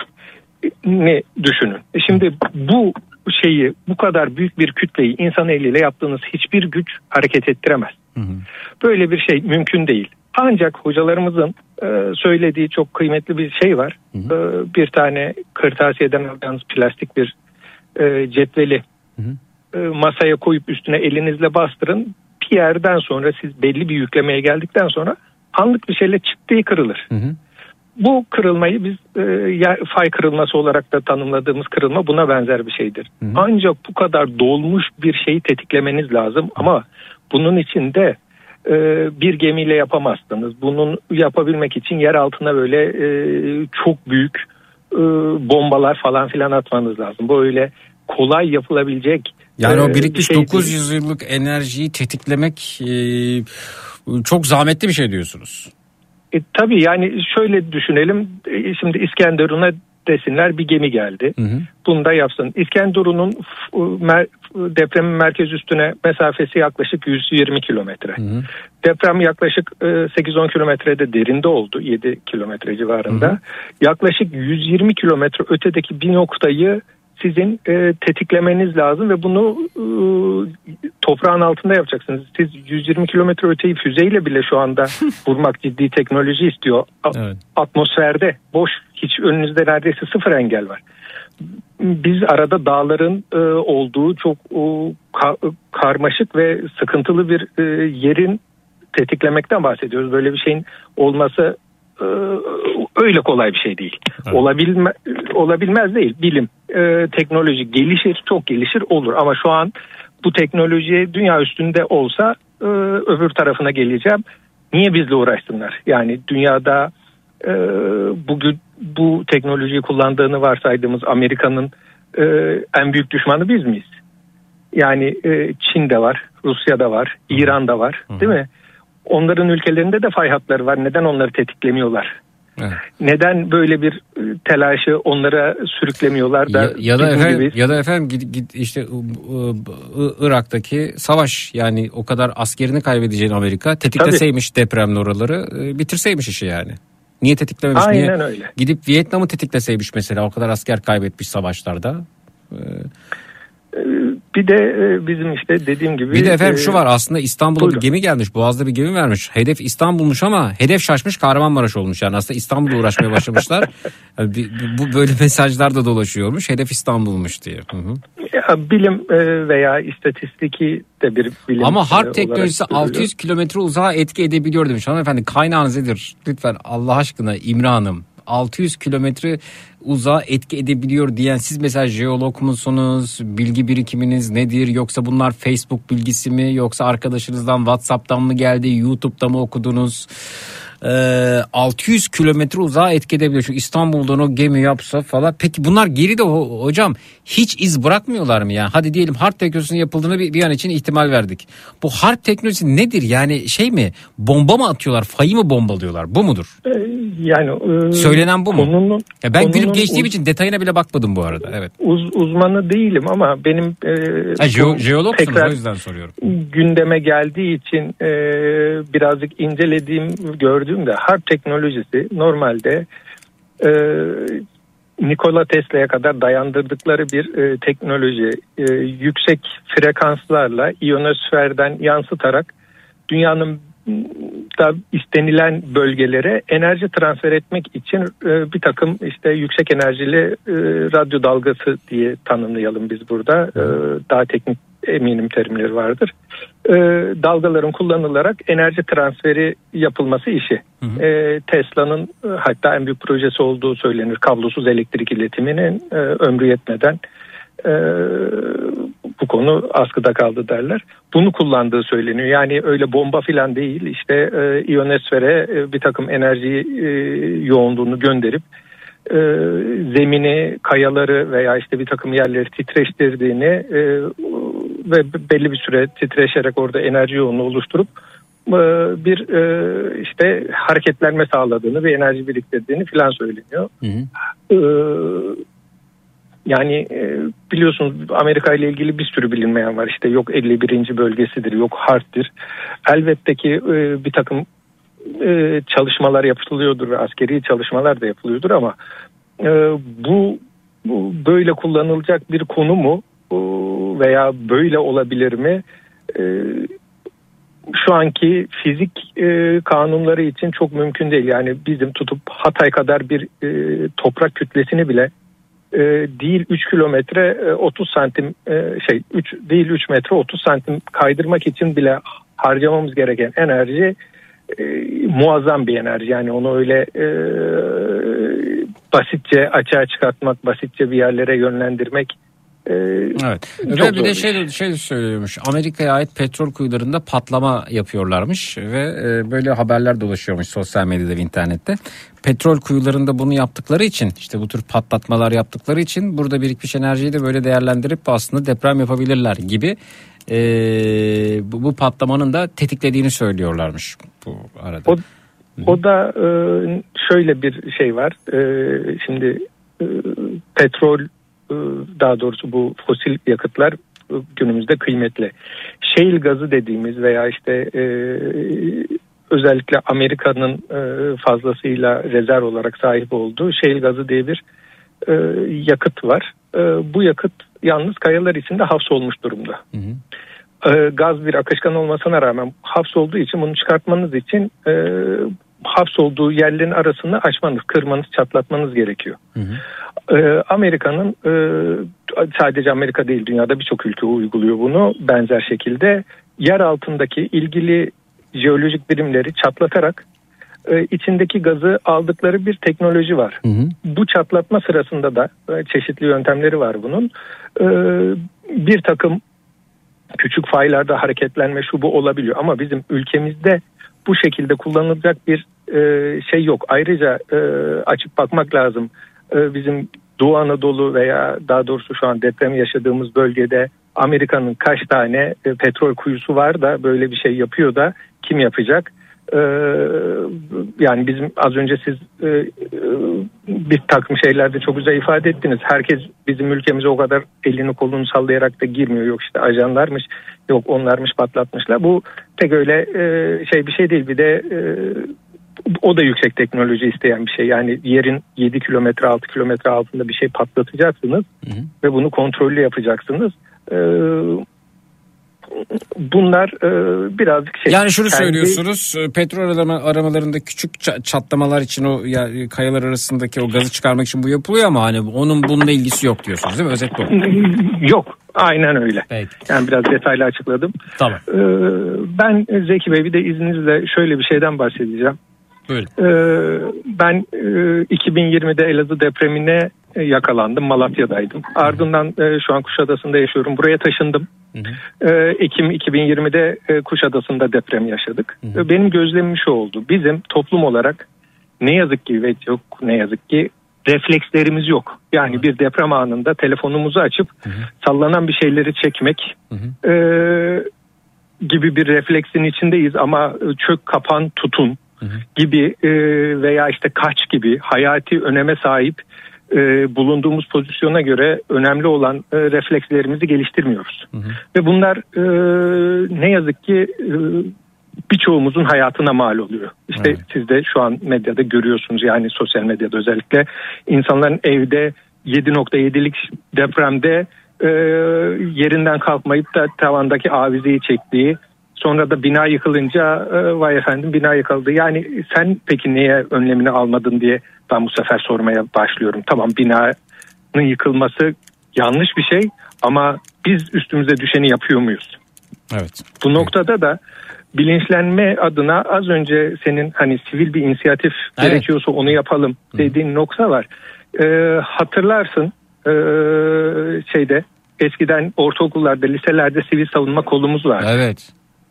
ettiğini düşünün. E şimdi bu şeyi, bu kadar büyük bir kütleyi insan eliyle yaptığınız hiçbir güç hareket ettiremez. Hı hı. Böyle bir şey mümkün değil. Ancak hocalarımızın e, söylediği çok kıymetli bir şey var. Hı hı. E, bir tane kırtasiyeden aldığınız plastik bir e, cetveli hı hı. E, masaya koyup üstüne elinizle bastırın. Bir yerden sonra siz belli bir yüklemeye geldikten sonra anlık bir şeyle çıt diye kırılır. Hı hı. Bu kırılmayı biz e, fay kırılması olarak da tanımladığımız kırılma buna benzer bir şeydir. Hı hı. Ancak bu kadar dolmuş bir şeyi tetiklemeniz lazım ama bunun için de e, bir gemiyle yapamazsınız. Bunun yapabilmek için yer altına böyle e, çok büyük e, bombalar falan filan atmanız lazım. Bu öyle kolay yapılabilecek. Yani e, o birikmiş şey dokuz yüz değil. Yıllık enerjiyi tetiklemek e, çok zahmetli bir şey diyorsunuz. E, tabii yani şöyle düşünelim. E, şimdi İskenderun'a desinler bir gemi geldi. Hı hı. Bunu da yapsın. İskenderun'un mer- depremin merkez üstüne mesafesi yaklaşık yüz yirmi kilometre. Hı hı. Deprem yaklaşık e, sekiz on kilometrede derinde oldu. yedi kilometre civarında. Hı hı. Yaklaşık yüz yirmi kilometre ötedeki bir noktayı sizin e, tetiklemeniz lazım ve bunu e, toprağın altında yapacaksınız. Siz yüz yirmi kilometre öteyi füzeyle bile şu anda vurmak ciddi teknoloji istiyor. Evet. Atmosferde boş, hiç önünüzde neredeyse sıfır engel var. Biz arada dağların e, olduğu çok e, ka- karmaşık ve sıkıntılı bir e, yerin tetiklemekten bahsediyoruz. Böyle bir şeyin olması e, öyle kolay bir şey değil. Evet. Olabilme, olabilmez değil. Bilim, e, teknoloji gelişir, çok gelişir, olur. Ama şu an bu teknoloji dünya üstünde olsa e, öbür tarafına geleceğim. Niye bizle uğraşsınlar? Yani dünyada e, bugün bu teknolojiyi kullandığını varsaydığımız Amerika'nın e, en büyük düşmanı biz miyiz? Yani e, Çin'de var, Rusya'da var, İran'da var, Hı. değil mi? Onların ülkelerinde de fay hatları var. Neden onları tetiklemiyorlar? Evet. Neden böyle bir telaşı onlara sürüklemiyorlar da ya, ya da efendim gibi... ya da efendim git, git işte Irak'taki savaş, yani o kadar askerini kaybedeceğini Amerika tetikleseymiş Tabii. depremli oraları, bitirseymiş işi yani. Niye tetiklememiş? Aynen Niye? öyle. Gidip Vietnam'ı tetikleseymiş mesela, o kadar asker kaybetmiş savaşlarda. Bir de bizim işte dediğim gibi... Bir de efendim şu var, aslında İstanbul'a Buyurun. bir gemi gelmiş. Boğaz'da bir gemi vermiş. Hedef İstanbul'muş ama hedef şaşmış, Kahramanmaraş olmuş. Yani aslında İstanbul'la uğraşmaya başlamışlar. Yani bu böyle mesajlar da dolaşıyormuş. Hedef İstanbul'muş diye. Hı hı. Ya, bilim veya istatistiki de bir bilim. Ama harp teknolojisi altı yüz kilometre uzağa etki edebiliyor demiş. Hanımefendi, kaynağınız nedir? Lütfen Allah aşkına İmre Hanım. altı yüz kilometre uzağa etki edebiliyor diyen siz mesela jeolog musunuz? Bilgi birikiminiz nedir? Yoksa bunlar Facebook bilgisi mi? Yoksa arkadaşınızdan WhatsApp'tan mı geldi? YouTube'da mı okudunuz? Ee, altı yüz kilometre uzağa etki edebiliyor. Şu İstanbul'dan o gemi yapsa falan. Peki bunlar geride ho- hocam hiç iz bırakmıyorlar mı yani? Hadi diyelim harp teknolojisinin yapıldığını bir, bir an için ihtimal verdik. Bu harp teknolojisi nedir? Yani şey mi? Bomba mı atıyorlar? Fayı mı bombalıyorlar? Bu mudur? Ee, yani e, söylenen bu mu? Konunun, ya ben gülüp konunun, geçtiğim için detayına bile bakmadım bu arada. Evet. Uz, uzmanı değilim ama benim e, ha, jeo- jeologsunuz, o yüzden soruyorum. Gündeme geldiği için e, birazcık incelediğim, gördüğüm de harp teknolojisi normalde e, Nikola Tesla'ya kadar dayandırdıkları bir e, teknoloji. E, yüksek frekanslarla iyonosferden yansıtarak dünyanın da istenilen bölgelere enerji transfer etmek için e, bir takım işte yüksek enerjili e, radyo dalgası diye tanımlayalım biz burada. E, daha teknik eminim terimleri vardır. E, dalgaların kullanılarak enerji transferi yapılması işi. Hı hı. E, Tesla'nın e, hatta en büyük projesi olduğu söylenir. Kablosuz elektrik iletiminin e, ömrü yetmeden e, bu konu askıda kaldı derler. Bunu kullandığı söyleniyor. Yani öyle bomba filan değil. İşte e, iyonosfere e, bir takım enerji e, yoğunluğunu gönderip e, zemini, kayaları veya işte bir takım yerleri titreştirdiğini e, ve belli bir süre titreşerek orada enerji yoğunluğu oluşturup e, bir e, işte hareketlenme sağladığını ve enerji biriktirdiğini filan söyleniyor. Hı hı. E, Yani e, biliyorsunuz Amerika ile ilgili bir sürü bilinmeyen var. İşte yok elli birinci bölgesidir, yok harptir. Elbette ki e, bir takım e, çalışmalar yapılıyordur, askeri çalışmalar da yapılıyordur ama e, bu, bu böyle kullanılacak bir konu mu e, veya böyle olabilir mi? E, şu anki fizik e, kanunları için çok mümkün değil. Yani bizim tutup Hatay kadar bir e, toprak kütlesini bile E, değil üç kilometre e, otuz santim e, şey üç değil üç metre otuz santim kaydırmak için bile harcamamız gereken enerji e, muazzam bir enerji. Yani onu öyle e, basitçe açığa çıkartmak, basitçe bir yerlere yönlendirmek e, evet. Ve bir de şey, şey söylüyormuş. Amerika'ya ait petrol kuyularında patlama yapıyorlarmış ve e, böyle haberler dolaşıyormuş sosyal medyada ve internette. Petrol kuyularında bunu yaptıkları için, işte bu tür patlatmalar yaptıkları için burada birikmiş enerjiyi de böyle değerlendirip aslında deprem yapabilirler gibi e, bu, bu patlamanın da tetiklediğini söylüyorlarmış bu arada. O, o da e, şöyle bir şey var. E, şimdi e, petrol e, daha doğrusu bu fosil yakıtlar e, günümüzde kıymetli. Shale gazı dediğimiz veya işte e, özellikle Amerika'nın e, fazlasıyla rezerv olarak sahip olduğu shale gazı diye bir e, yakıt var. E, bu yakıt yalnız kayalar içinde hapsolmuş durumda. Hı hı. e, gaz bir akışkan olmasına rağmen hapsolduğu için bunu çıkartmanız için e, hapsolduğu yerlerin arasını açmanız, kırmanız, çatlatmanız gerekiyor. Hı hı. E, Amerika'nın e, sadece Amerika değil, dünyada birçok ülke uyguluyor bunu benzer şekilde. Yer altındaki ilgili jeolojik birimleri çatlatarak e, içindeki gazı aldıkları bir teknoloji var. Hı hı. Bu çatlatma sırasında da e, çeşitli yöntemleri var bunun. E, bir takım küçük faylarda hareketlenme şu bu olabiliyor ama bizim ülkemizde bu şekilde kullanılacak bir e, şey yok. Ayrıca e, açıp bakmak lazım. E, bizim Doğu Anadolu veya daha doğrusu şu an deprem yaşadığımız bölgede Amerika'nın kaç tane e, petrol kuyusu var da böyle bir şey yapıyor da kim yapacak? E, yani bizim az önce siz e, e, bir takım şeylerde çok güzel ifade ettiniz. Herkes bizim ülkemize o kadar elini kolunu sallayarak da girmiyor. Yok işte ajanlarmış, yok onlarmış, patlatmışlar. Bu pek öyle e, şey bir şey değil. Bir de e, o da yüksek teknoloji isteyen bir şey. Yani yerin yedi kilometre altı kilometre altında bir şey patlatacaksınız. Hı hı. Ve bunu kontrollü yapacaksınız. E, bunlar e, birazcık şey. Yani şunu kendi... söylüyorsunuz, petrol arama, aramalarında küçük çatlamalar için o ya, kayalar arasındaki o gazı çıkarmak için bu yapılıyor ama hani onun bununla ilgisi yok diyorsunuz değil mi? Özet bu. Yok. Aynen öyle. Peki. Yani biraz detaylı açıkladım. Tamam. Ee, ben Zeki Bey bir de izninizle şöyle bir şeyden bahsedeceğim. Buyurun. Ee, ben e, iki bin yirmide Elazığ depremine yakalandım. Malatya'daydım. Ardından e, şu an Kuşadası'nda yaşıyorum. Buraya taşındım. Hı hı. E, Ekim iki bin yirmide e, Kuşadası'nda deprem yaşadık. Hı hı. Benim gözlemim şu oldu. Bizim toplum olarak ne yazık ki ve yok ne yazık ki reflekslerimiz yok. Yani hı. bir deprem anında telefonumuzu açıp hı hı. sallanan bir şeyleri çekmek hı hı. E, gibi bir refleksin içindeyiz ama çök kapan tutun hı hı. gibi e, veya işte kaç gibi hayati öneme sahip e, bulunduğumuz pozisyona göre önemli olan e, reflekslerimizi geliştirmiyoruz. Hı hı. Ve bunlar e, ne yazık ki e, birçoğumuzun hayatına mal oluyor. İşte evet. Siz de şu an medyada görüyorsunuz, yani sosyal medyada özellikle insanların evde yedi nokta yedilik depremde e, yerinden kalkmayıp da tavandaki avizeyi çektiği, sonra da bina yıkılınca e, vay efendim bina yıkıldı. Yani sen peki niye önlemini almadın diye ben bu sefer sormaya başlıyorum. Tamam, binanın yıkılması yanlış bir şey ama biz üstümüze düşeni yapıyor muyuz? Evet. Bu noktada da bilinçlenme adına az önce senin hani sivil bir inisiyatif evet. gerekiyorsa onu yapalım dediğin Hı. nokta var. Ee, hatırlarsın ee, şeyde eskiden ortaokullarda, liselerde sivil savunma kolumuz var. Evet.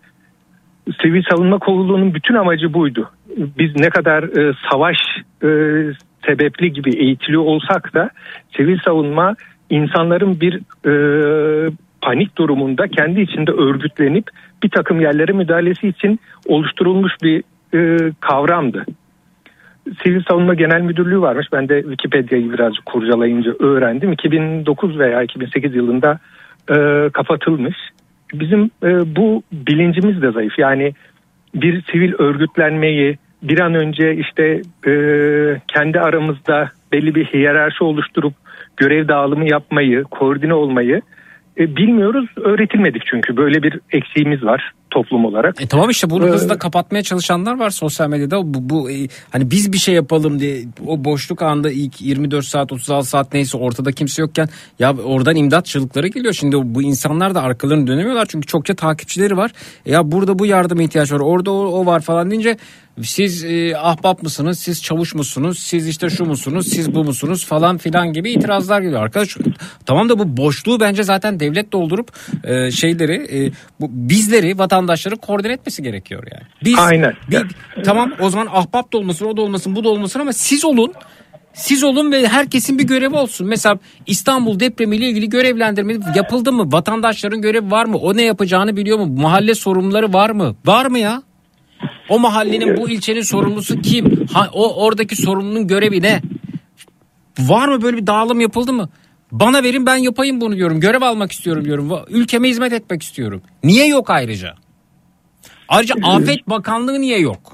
Sivil savunma kolluğunun bütün amacı buydu. Biz ne kadar e, savaş e, sebepli gibi eğitiliyor olsak da sivil savunma insanların bir e, panik durumunda kendi içinde örgütlenip bir takım yerlere müdahalesi için oluşturulmuş bir e, kavramdı. Sivil Savunma Genel Müdürlüğü varmış. Ben de Wikipedia'yı birazcık kurcalayınca öğrendim. iki bin dokuz veya iki bin sekiz yılında e, kapatılmış. Bizim e, bu bilincimiz de zayıf. Yani bir sivil örgütlenmeyi bir an önce işte e, kendi aramızda belli bir hiyerarşi oluşturup görev dağılımı yapmayı, koordine olmayı e, bilmiyoruz. Öğretilmedik çünkü böyle bir eksiğimiz var toplum olarak. E tamam işte bunu ee, hızla kapatmaya çalışanlar var sosyal medyada. Bu, bu e, hani biz bir şey yapalım diye o boşluk anda ilk yirmi dört saat otuz altı saat neyse ortada kimse yokken ya oradan imdat çığlıkları geliyor. Şimdi bu insanlar da arkalarını dönemiyorlar çünkü çokça takipçileri var. E ya burada bu yardıma ihtiyaç var, orada o, o var falan deyince siz e, ahbap mısınız, siz çavuş musunuz, siz işte şu musunuz, siz bu musunuz falan filan gibi itirazlar geliyor. Arkadaş tamam da bu boşluğu bence zaten devlet doldurup e, şeyleri e, bu bizleri vatandaşları koordine etmesi gerekiyor yani. Biz, Aynen. Bir, tamam o zaman ahbap da olmasın, o da olmasın, bu da olmasın ama siz olun. Siz olun ve herkesin bir görevi olsun. Mesela İstanbul depremiyle ilgili görevlendirme yapıldı mı? Vatandaşların görevi var mı? O ne yapacağını biliyor mu? Mahalle sorumluları var mı? Var mı ya? O mahallenin, bu ilçenin sorumlusu kim? Ha, o oradaki sorumlunun görevi ne? Var mı, böyle bir dağılım yapıldı mı? Bana verin, ben yapayım bunu diyorum. Görev almak istiyorum diyorum. Ülkeme hizmet etmek istiyorum. Niye yok ayrıca? Ayrıca Afet Bakanlığı niye yok?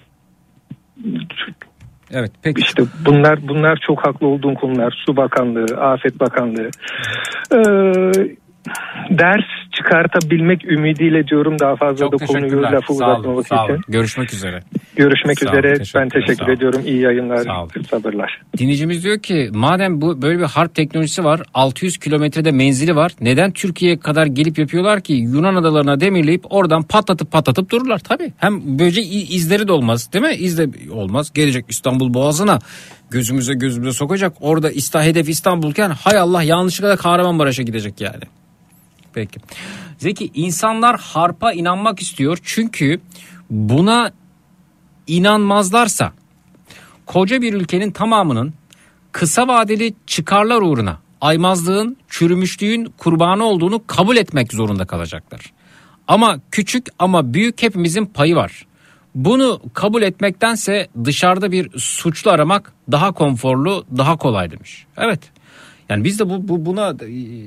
Evet, peki. İşte bunlar bunlar çok haklı olduğum konular. Su Bakanlığı, Afet Bakanlığı. Ee, ders çıkartabilmek ümidiyle diyorum, daha fazla Çok da konuyu lafı sağ olun, uzatmamak sağ olun. için. Görüşmek üzere. Görüşmek Sağ üzere. olun, Ben teşekkürler, teşekkür sağ olun. ediyorum. İyi yayınlar. Sağ olun. Sabırlar. Dinleyicimiz diyor ki madem bu böyle bir harp teknolojisi var, altı yüz kilometrede menzili var, neden Türkiye'ye kadar gelip yapıyorlar ki? Yunan adalarına demirleyip oradan patlatıp patlatıp dururlar. Tabii hem böylece izleri de olmaz, değil mi? İz de olmaz. Gelecek İstanbul Boğazı'na gözümüze gözümüze sokacak. Orada İsta, hedef İstanbul'ken hay Allah yanlışlıkla da Kahramanmaraş'a gidecek yani. Peki. Zeki, insanlar harpa inanmak istiyor çünkü buna inanmazlarsa koca bir ülkenin tamamının kısa vadeli çıkarlar uğruna aymazlığın, çürümüşlüğün kurbanı olduğunu kabul etmek zorunda kalacaklar. Ama küçük ama büyük hepimizin payı var. Bunu kabul etmektense dışarıda bir suçlu aramak daha konforlu, daha kolay demiş. Evet. Yani biz de bu, bu buna e,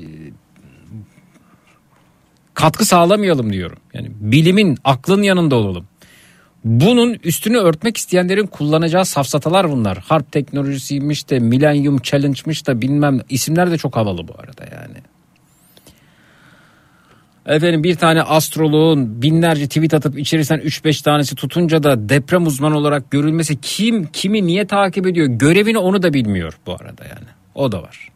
katkı sağlamayalım diyorum. Yani bilimin, aklın yanında olalım. Bunun üstünü örtmek isteyenlerin kullanacağı safsatalar bunlar. Harp teknolojisiymiş de, Millennium Challenge'mış da bilmem, isimler de çok havalı bu arada yani. Efendim bir tane astroloğun binlerce tweet atıp içerisinden üç beş tanesi tutunca da deprem uzmanı olarak görülmesi, kim kimi niye takip ediyor, görevini onu da bilmiyor bu arada yani. O da var.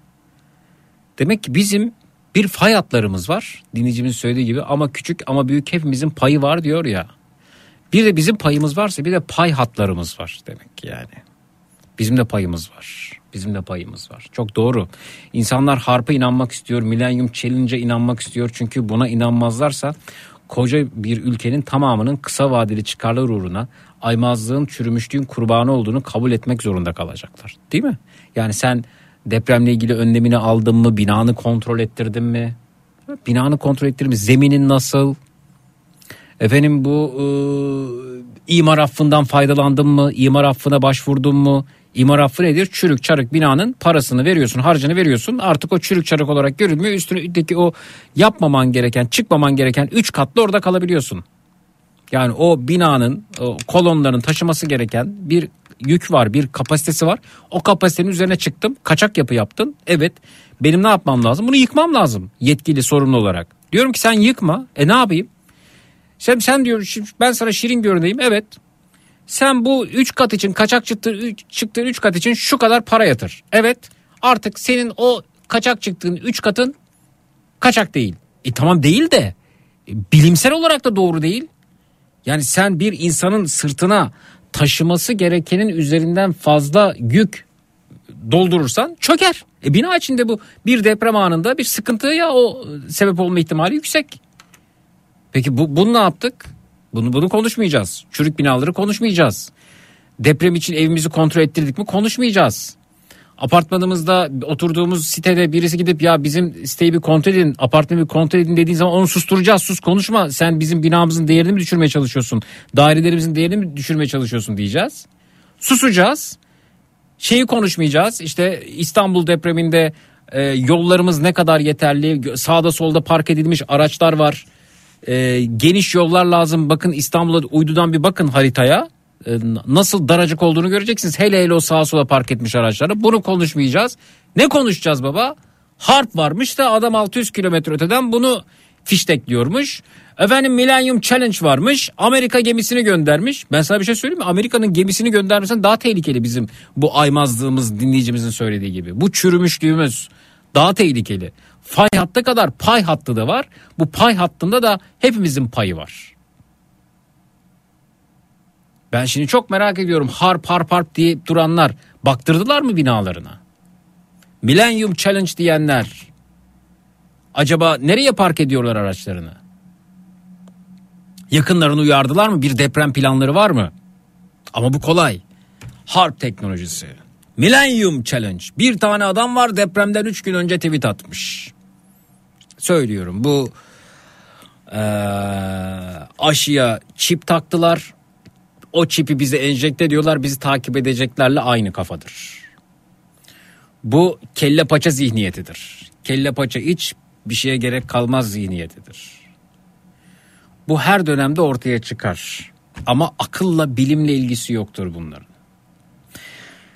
Demek ki bizim bir fay hatlarımız var, dinleyicimiz söylediği gibi, ama küçük ama büyük hepimizin payı var diyor ya. Bir de bizim payımız varsa bir de pay hatlarımız var demek ki yani. Bizim de payımız var. Bizim de payımız var. Çok doğru. İnsanlar harpa inanmak istiyor, Millennium Challenge'a inanmak istiyor. Çünkü buna inanmazlarsa koca bir ülkenin tamamının kısa vadeli çıkarlar uğruna aymazlığın, çürümüşlüğün kurbanı olduğunu kabul etmek zorunda kalacaklar. Değil mi? Yani sen depremle ilgili önlemini aldın mı? Binanı kontrol ettirdin mi? Binanı kontrol ettirdin mi? Zeminin nasıl? Efendim bu e, imar affından faydalandın mı? İmar affına başvurdun mu? İmar affı nedir? Çürük çarık binanın parasını veriyorsun, harcını veriyorsun. Artık o çürük çarık olarak görülmüyor. Üstündeki o yapmaman gereken, çıkmaman gereken üç katlı orada kalabiliyorsun. Yani o binanın, o kolonların taşıması gereken bir yük var, bir kapasitesi var. O kapasitenin üzerine çıktım, kaçak yapı yaptın. Evet, benim ne yapmam lazım? Bunu yıkmam lazım yetkili, sorumlu olarak. Diyorum ki sen yıkma. E ne yapayım? Sen, sen diyor, ben sana şirin görüneyim. Evet. Sen bu üç kat için, kaçak çıktığın çıktığın üç kat için şu kadar para yatır. Evet. Artık senin o kaçak çıktığın üç katın kaçak değil. E tamam değil de e, bilimsel olarak da doğru değil. Yani sen bir insanın sırtına taşıması gerekenin üzerinden fazla yük doldurursan çöker. E bina içinde bu bir deprem anında bir sıkıntıya o sebep olma ihtimali yüksek. Peki bu, bunu ne yaptık? Bunu bunu konuşmayacağız. Çürük binaları konuşmayacağız. Deprem için evimizi kontrol ettirdik mi? Konuşmayacağız. Apartmanımızda oturduğumuz sitede birisi gidip ya bizim siteyi bir kontrol edin, apartmanı bir kontrol edin dediğin zaman onu susturacağız. Sus konuşma, sen bizim binamızın değerini mi düşürmeye çalışıyorsun? Dairelerimizin değerini mi düşürmeye çalışıyorsun diyeceğiz. Susacağız. Şeyi konuşmayacağız. İşte İstanbul depreminde e, yollarımız ne kadar yeterli? Sağda solda park edilmiş araçlar var. E, geniş yollar lazım. Bakın İstanbul'a uydudan bir bakın haritaya. E, nasıl daracık olduğunu göreceksiniz. Hele hele o sağa sola park etmiş araçları. Bunu konuşmayacağız. Ne konuşacağız baba? Harp varmış da adam altı yüz kilometre öteden bunu fiştekliyormuş. Efendim Millennium Challenge varmış. Amerika gemisini göndermiş. Ben sana bir şey söyleyeyim mi? Amerika'nın gemisini göndermesen daha tehlikeli, bizim bu aymazlığımız, dinleyicimizin söylediği gibi. Bu çürümüşlüğümüz daha tehlikeli. Fay hattı kadar pay hattı da var. Bu pay hattında da hepimizin payı var. Ben şimdi çok merak ediyorum, harp harp harp diye duranlar baktırdılar mı binalarına? Millennium Challenge diyenler acaba nereye park ediyorlar araçlarını? Yakınlarını uyardılar mı? Bir deprem planları var mı? Ama bu kolay. Harp teknolojisi. Millennium Challenge. Bir tane adam var, depremden üç gün önce tweet atmış. Söylüyorum, bu ee, aşıya çip taktılar. O çipi bize enjekte ediyorlar, bizi takip edeceklerle aynı kafadır. Bu kelle paça zihniyetidir. Kelle paça iç, bir şeye gerek kalmaz zihniyetidir. Bu her dönemde ortaya çıkar. Ama akılla, bilimle ilgisi yoktur bunların.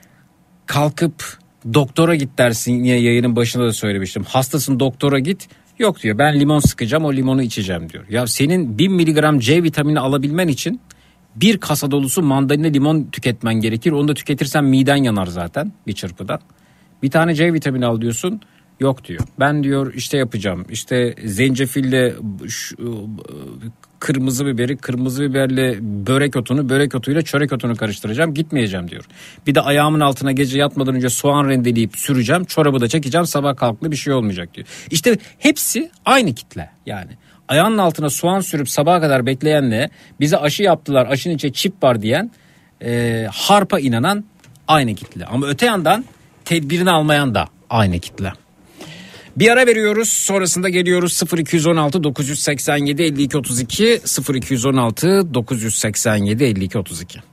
Kalkıp doktora git dersin, yine yayının başında da söylemiştim. Hastasın, doktora git. Yok diyor, ben limon sıkacağım, o limonu içeceğim diyor. Ya senin bin miligram C vitamini alabilmen için bir kasa dolusu mandalina limon tüketmen gerekir. Onu da tüketirsen miden yanar zaten bir çırpıda. Bir tane C vitamini al diyorsun. Yok diyor. Ben diyor işte yapacağım. İşte zencefille şu, kırmızı biberi, kırmızı biberle börek otunu, börek otuyla çörek otunu karıştıracağım. Gitmeyeceğim diyor. Bir de ayağımın altına gece yatmadan önce soğan rendeleyip süreceğim. Çorabı da çekeceğim. Sabah kalktığında bir şey olmayacak diyor. İşte hepsi aynı kitle yani. Ayağının altına soğan sürüp sabaha kadar bekleyenle bize aşı yaptılar, aşının içinde çip var diyen e, harpa inanan aynı kitle. Ama öte yandan tedbirini almayan da aynı kitle. Bir ara veriyoruz, sonrasında geliyoruz. Sıfır iki on altı dokuz yüz seksen yedi elli iki otuz iki sıfır iki on altı dokuz yüz seksen yedi elli iki otuz iki.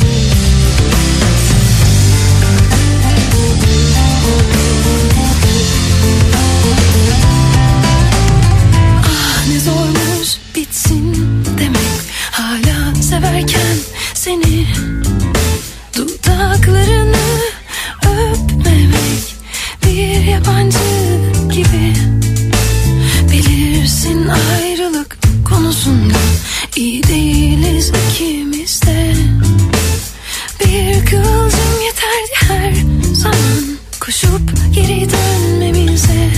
Ah ne zormuş bitsin demek, hala severken seni, dudaklarını öpmemek bir yabancı gibi. Bilirsin ayrılık konusunda iyi değiliz ikimiz de. Bir kıvılcım yeterdi her zaman koşup geri dönmemize.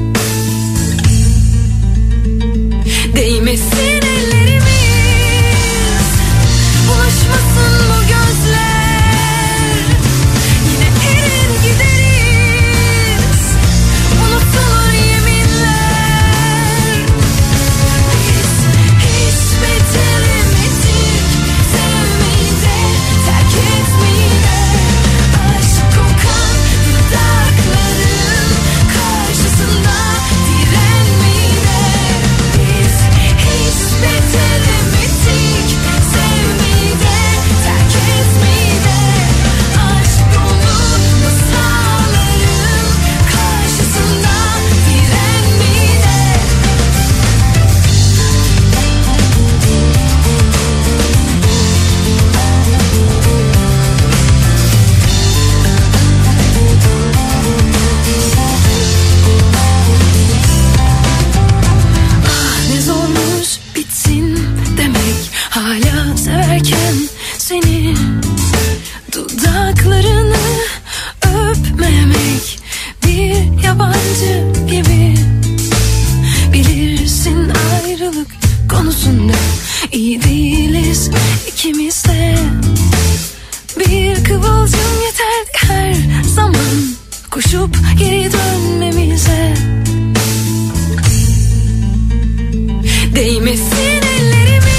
Değmesin ellerimiz, bulaşmasın bu gözler. Yine erir gideriz, unutulur yeminler. Biz hiç beceremedik sevmeyi de, terk etmeyi de. Aşk kokan dudakların karşısında direnmeyi de. Biz hiç beceremedik sevmeyi de, terk etmeyi de. Aşk dolu masalların karşısında direnmeyi de. Ah ne zormuş bitsin demek, hala severken seni, dudaklarını öpmemek bir yabancı gibi. Bilirsin ayrılık konusunda iyi değiliz ikimiz de. Bir kıvılcım yeterdi her zaman koşup geri dönmemize. Değmesin ellerimiz,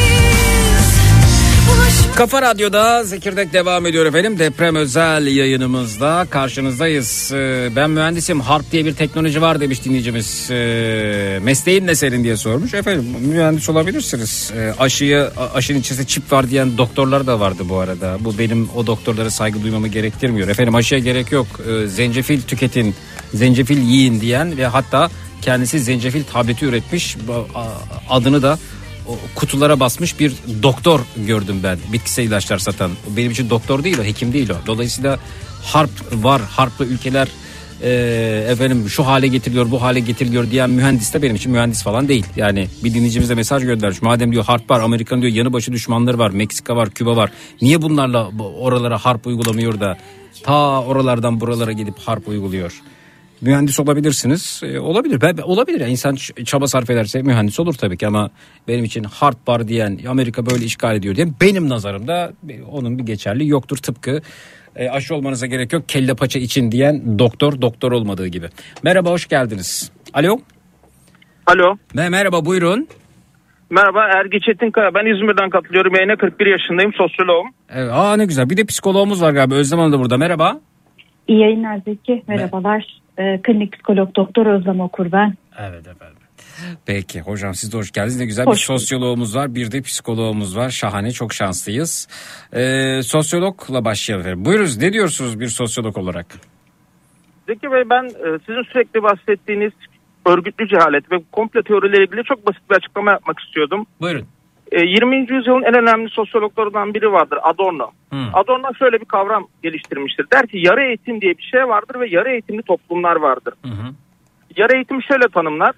bulaşmasın. Kafa Radyo'da Zekirdek devam ediyor efendim. Deprem özel yayınımızda karşınızdayız. Ee, Ben mühendisim. Harp diye bir teknoloji var demiş dinleyicimiz. Ee, Mesleğin ne senin diye sormuş. Efendim mühendis olabilirsiniz. Ee, Aşıyı, aşının içinde çip var diyen doktorlar da vardı bu arada. Bu benim o doktorlara saygı duymamı gerektirmiyor. Efendim aşıya gerek yok. Ee, Zencefil tüketin, zencefil yiyin diyen ve hatta kendisi zencefil tableti üretmiş. Adını da o kutulara basmış bir doktor gördüm ben. Bitkisel ilaçlar satan. Benim için doktor değil o, hekim değil o. Dolayısıyla harp var, harpla ülkeler e, efendim şu hale getiriliyor, bu hale getiriliyor diyen mühendis de benim için mühendis falan değil. Yani bir dinleyicimize mesaj göndermiş. Madem diyor harp var, Amerika'nın diyor yanı başı düşmanları var, Meksika var, Küba var. Niye bunlarla oralara harp uygulamıyor da ta oralardan buralara gidip harp uyguluyor? Mühendis olabilirsiniz. E, olabilir. Ben, olabilir. Yani insan çaba sarf ederse mühendis olur tabii ki, ama benim için harp var diyen, Amerika böyle işgal ediyor diyen, benim nazarımda onun bir geçerli yoktur. Tıpkı e, aşı olmanıza gerek yok kelle paça için diyen doktor doktor olmadığı gibi. Merhaba, hoş geldiniz. Alo. Alo. Me- merhaba, buyurun. Merhaba, Ergi Çetinkaya. Ben İzmir'den katılıyorum. Yayına kırk bir yaşındayım. Sosyoloğum. Evet, aa ne güzel. Bir de psikologumuz var galiba. Özlem Hanım da burada. Merhaba. İyi yayınlar Zeki. Merhabalar. Ee, klinik psikolog doktor Özlem Okur ben. Evet efendim. Peki hocam, siz de hoş geldiniz. Ne güzel, hoş bir sosyoloğumuz var, bir de psikologumuz var. Şahane, çok şanslıyız. Ee, sosyologla başlayalım efendim. Buyurunuz, ne diyorsunuz bir sosyolog olarak? Zeki Bey, ben e, sizin sürekli bahsettiğiniz örgütlü cehalet ve komplo teorileriyle ilgili çok basit bir açıklama yapmak istiyordum. Buyurun. E, yirminci yüzyılın en önemli sosyologlarından biri vardır, Adorno. Hmm. Adorno şöyle bir kavram geliştirmiştir. Der ki yarı eğitim diye bir şey vardır ve yarı eğitimli toplumlar vardır. Hmm. Yarı eğitim şöyle tanımlar.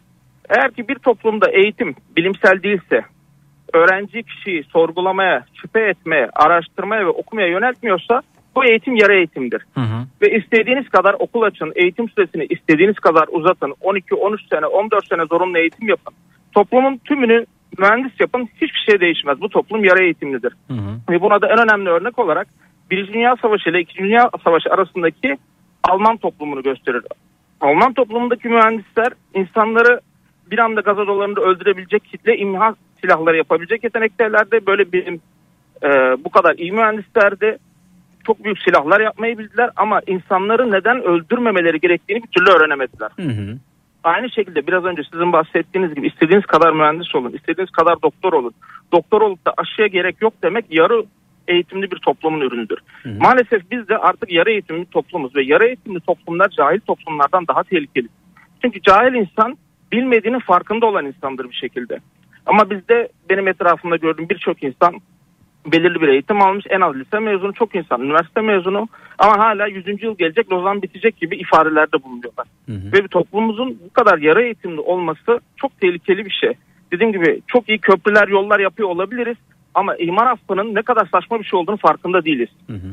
Eğer ki bir toplumda eğitim bilimsel değilse, öğrenci kişiyi sorgulamaya, şüphe etmeye, araştırmaya ve okumaya yöneltmiyorsa bu eğitim yarı eğitimdir. Hı hı. Ve istediğiniz kadar okul açın, eğitim süresini istediğiniz kadar uzatın, on iki on üç sene, on dört sene zorunlu eğitim yapın. Toplumun tümünü mühendis yapın, hiçbir şey değişmez. Bu toplum yarı eğitimlidir. Hı hı. Ve buna da en önemli örnek olarak Birinci Dünya Savaşı ile İkinci Dünya Savaşı arasındaki Alman toplumunu gösterir. Alman toplumundaki mühendisler insanları bir anda gaz odalarında öldürebilecek kitle imha silahları yapabilecek yetenekteylerdi. Böyle bilim e, bu kadar iyi mühendislerdi. Çok büyük silahlar yapmayı bildiler ama insanları neden öldürmemeleri gerektiğini bir türlü öğrenemediler. Hı hı. Aynı şekilde biraz önce sizin bahsettiğiniz gibi istediğiniz kadar mühendis olun, istediğiniz kadar doktor olun. Doktor olup da aşıya gerek yok demek yarı eğitimli bir toplumun ürünüdür. Hı hı. Maalesef biz de artık yarı eğitimli toplumuz ve yarı eğitimli toplumlar cahil toplumlardan daha tehlikeli. Çünkü cahil insan bilmediğinin farkında olan insandır bir şekilde. Ama bizde benim etrafımda gördüğüm birçok insan belirli bir eğitim almış, en az lise mezunu, çok insan üniversite mezunu ama hala yüzüncü yıl gelecek, Lozan bitecek gibi ifadelerde bulunuyorlar. Hı hı. Ve bir toplumumuzun bu kadar yarı eğitimli olması çok tehlikeli bir şey. Dediğim gibi çok iyi köprüler, yollar yapıyor olabiliriz ama imar affının ne kadar saçma bir şey olduğunu farkında değiliz. Hı hı.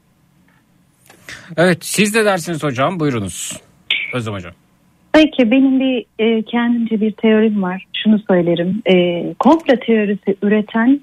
Evet, siz de dersiniz hocam, buyurunuz. Özlem hocam. Peki, benim bir e, kendimce bir teorim var. Şunu söylerim. E, komplo teorisi üreten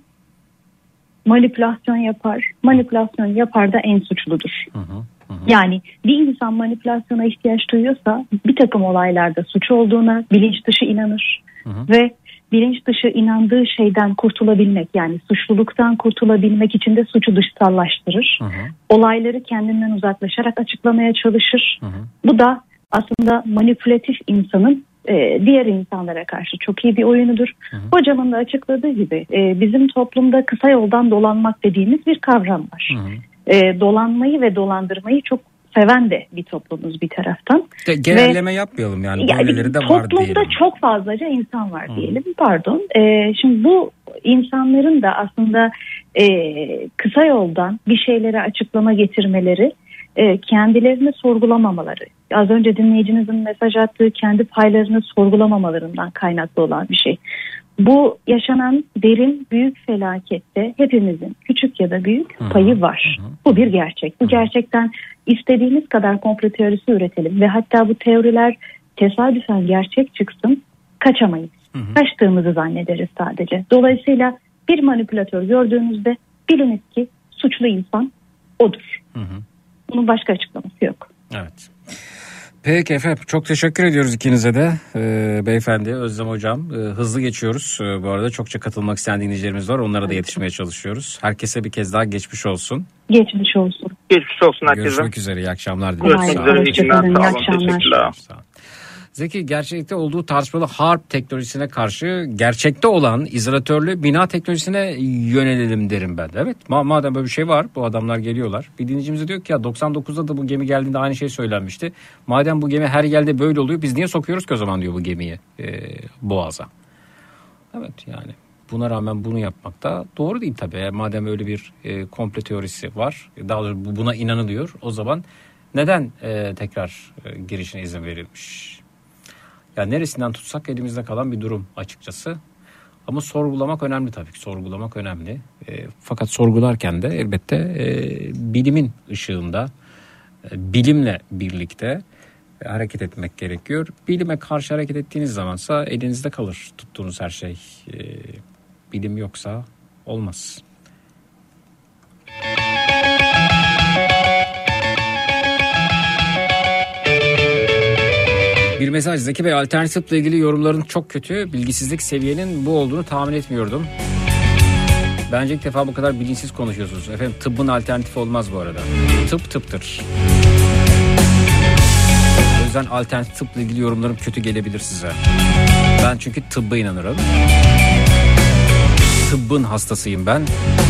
manipülasyon yapar. Manipülasyon yapar da en suçludur. Hı hı, hı. Yani bir insan manipülasyona ihtiyaç duyuyorsa bir takım olaylarda suç olduğuna bilinç dışı inanır. Hı hı. Ve bilinç dışı inandığı şeyden kurtulabilmek, yani suçluluktan kurtulabilmek için de suçu dışsallaştırır. Hı hı. Olayları kendinden uzaklaşarak açıklamaya çalışır. Hı hı. Bu da aslında manipülatif insanın e, diğer insanlara karşı çok iyi bir oyunudur. Hı hı. Hocamın da açıkladığı gibi e, bizim toplumda kısa yoldan dolanmak dediğimiz bir kavram var. Hı hı. E, dolanmayı ve dolandırmayı çok seven de bir toplumuz bir taraftan. De, genelleme ve, yapmayalım yani, böyleleri de var diyelim. Toplumda çok fazlaca insan var diyelim, hı. pardon. E, şimdi bu insanların da aslında e, kısa yoldan bir şeylere açıklama getirmeleri, e, kendilerini sorgulamamaları, az önce dinleyicinizin mesaj attığı kendi paylarını sorgulamamalarından kaynaklı olan bir şey. Bu yaşanan derin büyük felakette hepimizin küçük ya da büyük payı var. Bu bir gerçek. Bu gerçekten istediğimiz kadar komplo teorisi üretelim ve hatta bu teoriler tesadüfen gerçek çıksın, kaçamayız. Hı hı. Kaçtığımızı zannederiz sadece. Dolayısıyla bir manipülatör gördüğünüzde biliniz ki suçlu insan odur. Hı hı. Bunun başka açıklaması yok. Evet. Peki efendim, çok teşekkür ediyoruz ikinize de. Ee, beyefendi, Özlem hocam, e, hızlı geçiyoruz. E, bu arada çokça katılmak isteyen dinleyicilerimiz var. Onlara da yetişmeye çalışıyoruz. Herkese bir kez daha geçmiş olsun. Geçmiş olsun. Geçmiş olsun herkese. Görüşmek üzere, iyi akşamlar diliyoruz. Görüşmek üzere, iyi günler. Sağ olun, teşekkürler. Sağ olun. Zeki, gerçekte olduğu tartışmalı harp teknolojisine karşı gerçekte olan izolatörlü bina teknolojisine yönelelim derim ben de. Evet, ma- madem böyle bir şey var, bu adamlar geliyorlar. Bir dinleyicimiz diyor ki ya doksan dokuzda da bu gemi geldiğinde aynı şey söylenmişti. Madem bu gemi her yerde böyle oluyor, biz niye sokuyoruz ki o zaman diyor bu gemiyi e, boğaza. Evet, yani buna rağmen bunu yapmak da doğru değil tabii. Madem öyle bir e, komplo teorisi var, daha doğrusu buna inanılıyor, o zaman neden e, tekrar e, girişine izin verilmiş? Yani neresinden tutsak elimizde kalan bir durum açıkçası. Ama sorgulamak önemli tabii ki. Sorgulamak önemli. E, fakat sorgularken de elbette e, bilimin ışığında, e, bilimle birlikte e, hareket etmek gerekiyor. Bilime karşı hareket ettiğiniz zamansa elinizde kalır tuttuğunuz her şey. E, bilim yoksa olmaz. Bir mesaj: Zeki Bey, alternatifle ilgili yorumların çok kötü. Bilgisizlik seviyenin bu olduğunu tahmin etmiyordum. Bence ilk defa bu kadar bilinçsiz konuşuyorsunuz. Efendim, tıbbın alternatifi olmaz bu arada. Tıp tıptır. O yüzden alternatif tıpla ilgili yorumlarım kötü gelebilir size. Ben çünkü tıbba inanırım. Tıbbın hastasıyım ben.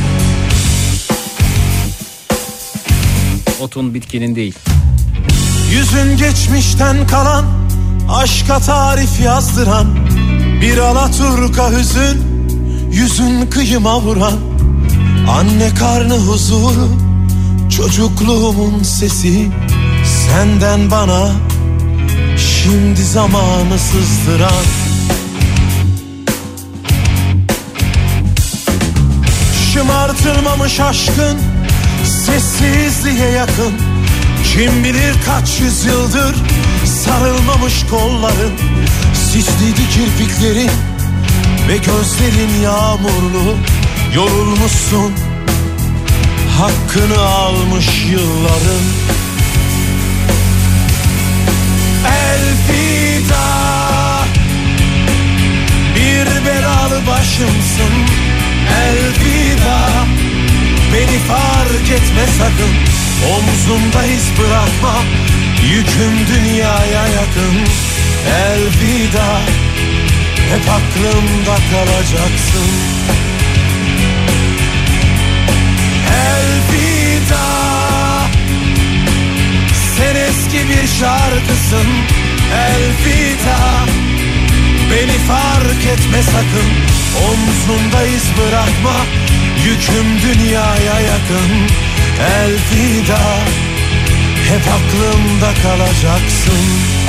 Otun, bitkinin değil. Yüzün geçmişten kalan, aşka tarif yazdıran, bir alaturka hüzün, yüzün kıyıma vuran, anne karnı huzuru, çocukluğumun sesi, senden bana şimdi zamanı sızdıran. Yansımamış aşkın sessizliğe yakın. Kim bilir kaç yüzyıldır sarılmamış kolların. Sisliydi kirpiklerin ve gözlerin yağmurlu. Yorulmuşsun, hakkını almış yılların. Elvida, bir belalı başımsın. Elvida, beni fark etme sakın. Omzumda iz bırakma, yüküm dünyaya yakın. Elvida, hep aklımda kalacaksın. Elvida, sen eski bir şarkısın. Elvida, beni fark etme sakın. Omzumda iz bırakma, yüküm dünyaya yakın. Elvida, hep aklımda kalacaksın.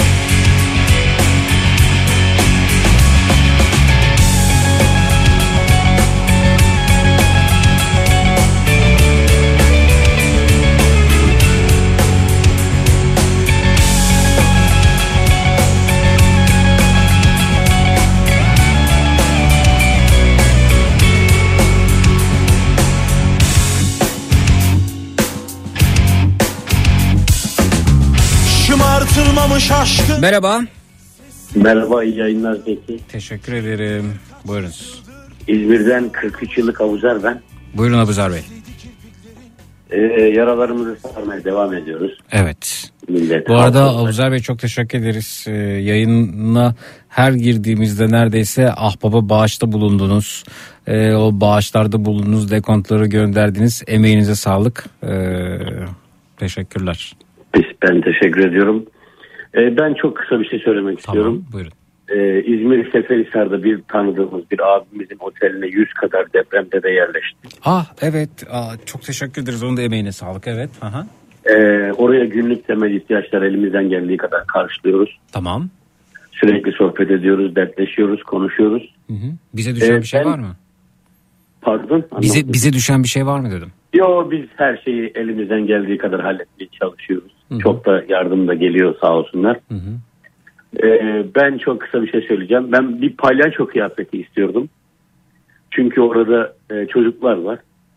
Şımartılmamış aşkın. Merhaba. Merhaba, iyi yayınlar Zeki. Teşekkür ederim. Buyurunuz. İzmir'den kırk üç yıllık Abuzer ben. Buyurun Abuzer Bey. Ee, yaralarımızı sarmaya devam ediyoruz. Evet. Millet, Bu arada halkımız. Abuzer Bey çok teşekkür ederiz. Ee, yayına her girdiğimizde neredeyse ahbaba bağışta bulundunuz. Ee, o bağışlarda bulundunuz, dekontları gönderdiniz. Emeğinize sağlık. Ee, teşekkürler. Ben teşekkür ediyorum. Ee, ben çok kısa bir şey söylemek tamam, istiyorum. Buyurun. Ee, İzmir Seferihisar'da bir tanıdığımız bir abimizin oteline yüz kadar depremde de yerleşti. Ah evet, Aa, çok teşekkür ederiz. Onun da emeğine sağlık. Evet. Aha. Ee, oraya günlük temel ihtiyaçlar elimizden geldiği kadar karşılıyoruz. Tamam. Sürekli sohbet ediyoruz, dertleşiyoruz, konuşuyoruz. Hı hı. Bize düşen Ee, bir şey ben... var mı? Pardon? Bize bize düşen bir şey var mı dedim. Yo, biz her şeyi elimizden geldiği kadar halletmeye çalışıyoruz. Hı hı. Çok da yardım da geliyor sağ olsunlar. Hı hı. Ee, ben çok kısa bir şey söyleyeceğim. Ben bir palyaço kıyafeti istiyordum. Çünkü orada e, çocuklar var.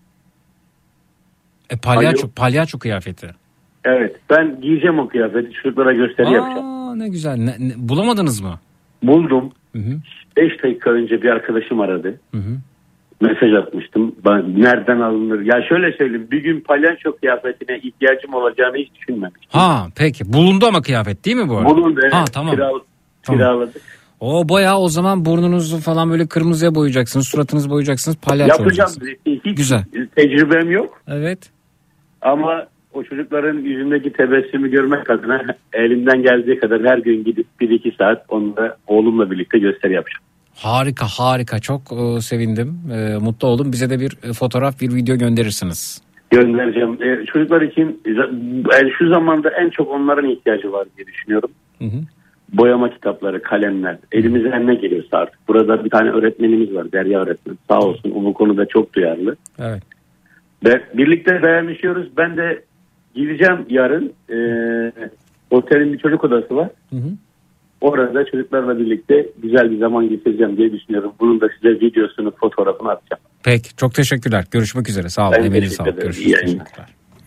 E, palyaço, Alo. palyaço kıyafeti. Evet, ben giyeceğim o kıyafeti, çocuklara gösteri Aa, yapacağım. ne güzel. Ne, ne, bulamadınız mı? Buldum. Hı hı. beş dakika önce bir arkadaşım aradı. Hı hı. Mesaj atmıştım. Ben nereden alınır? Ya şöyle söyleyeyim. Bir gün palyaço kıyafetine ihtiyacım olacağını hiç düşünmemiştim. Ha peki. Bulundu ama kıyafet değil mi bu arada? Bulundu. Evet. Ha tamam. Kiral, Tamam. kiraladık. O bayağı o zaman burnunuzu falan böyle kırmızıya boyayacaksınız. Suratınızı boyayacaksınız. Palyaço Yapacağım. olacaksınız. Hiç Güzel. tecrübem yok. Evet. Ama o çocukların yüzündeki tebessümü görmek adına elimden geldiği kadar her gün gidip bir iki saat onunla, oğlumla birlikte gösteri yapacağım. Harika harika. Çok e, sevindim. E, mutlu oldum. Bize de bir e, fotoğraf, bir video gönderirsiniz. Göndereceğim. Ee, çocuklar için yani şu zamanda en çok onların ihtiyacı var diye düşünüyorum. Hı hı. Boyama kitapları, kalemler. Elimizden ne geliyorsa artık. Burada bir tane öğretmenimiz var, Derya öğretmen. Sağ olsun, o bu konuda çok duyarlı. Evet. Ve birlikte dayanışıyoruz. Ben de gideceğim yarın. Ee, otelin bir çocuk odası var. Hı hı. Orada çocuklarla birlikte güzel bir zaman geçireceğim diye düşünüyorum. Bunun da size videosunu, fotoğrafını atacağım. Peki. Çok teşekkürler. Görüşmek üzere. Sağ olun. Ben Emeğinize teşekkür sağlık. ederim. Görüşürüz. İyi yayınlar. Teşekkürler.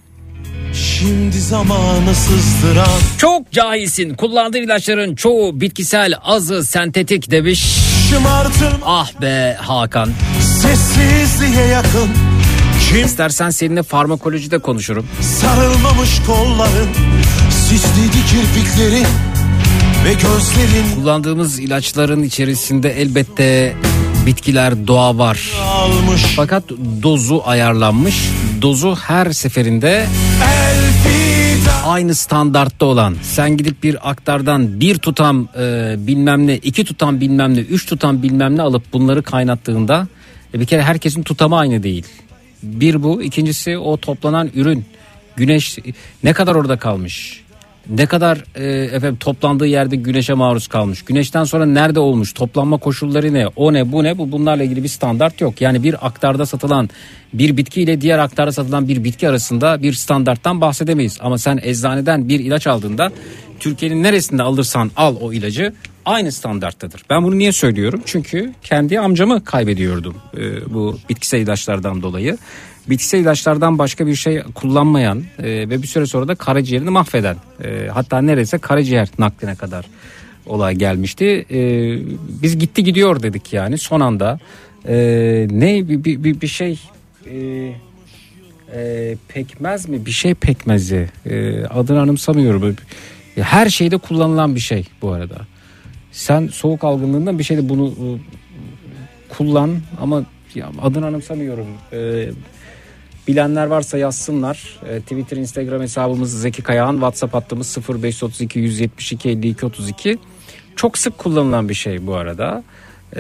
Şimdi zamanı sızdıran. Çok cahilsin. Kullandığın ilaçların çoğu bitkisel, azı sentetik demiş. Şımartılma Ah be Hakan. sessizliğe yakın. Kim İstersen seninle farmakolojide konuşurum. sarılmamış kolların. Sisliydi kirpiklerin ve gözlerin. Kullandığımız ilaçların içerisinde elbette bitkiler, doğa var. Almış Fakat dozu ayarlanmış. Dozu her seferinde elvida. aynı standartta olan. Sen gidip bir aktardan bir tutam e, bilmem ne, iki tutam bilmem ne, üç tutam bilmem ne alıp bunları kaynattığında e, bir kere herkesin tutamı aynı değil. Bir bu. İkincisi o toplanan ürün. Güneş ne kadar orada kalmış? Ne kadar e, efendim toplandığı yerde güneşe maruz kalmış. Güneşten sonra nerede olmuş? Toplanma koşulları ne? O ne? Bu ne? Bu bunlarla ilgili bir standart yok. Yani bir aktarda satılan bir bitki ile diğer aktarda satılan bir bitki arasında bir standarttan bahsedemeyiz. Ama sen eczaneden bir ilaç aldığında Türkiye'nin neresinde alırsan al o ilacı aynı standarttadır. Ben bunu niye söylüyorum? Çünkü kendi amcamı kaybediyordum e, bu bitkisel ilaçlardan dolayı. Bitkisel ilaçlardan başka bir şey kullanmayan e, ve bir süre sonra da karaciğerini mahveden, e, hatta neredeyse karaciğer nakline kadar olay gelmişti. E, biz gitti gidiyor dedik yani son anda. E, ne bir, bir, bir şey e, e, pekmez mi bir şey pekmezi e, adını anımsamıyorum. Her şeyde kullanılan bir şey bu arada. Sen soğuk algınlığından bir şeyde bunu e, kullan ama ya, adını anımsamıyorum. E, bilenler varsa yazsınlar. E, Twitter, Instagram hesabımız Zeki Kayağan, WhatsApp hattımız sıfır beş üç iki yüz yetmiş iki elli iki otuz iki. Çok sık kullanılan bir şey bu arada. E,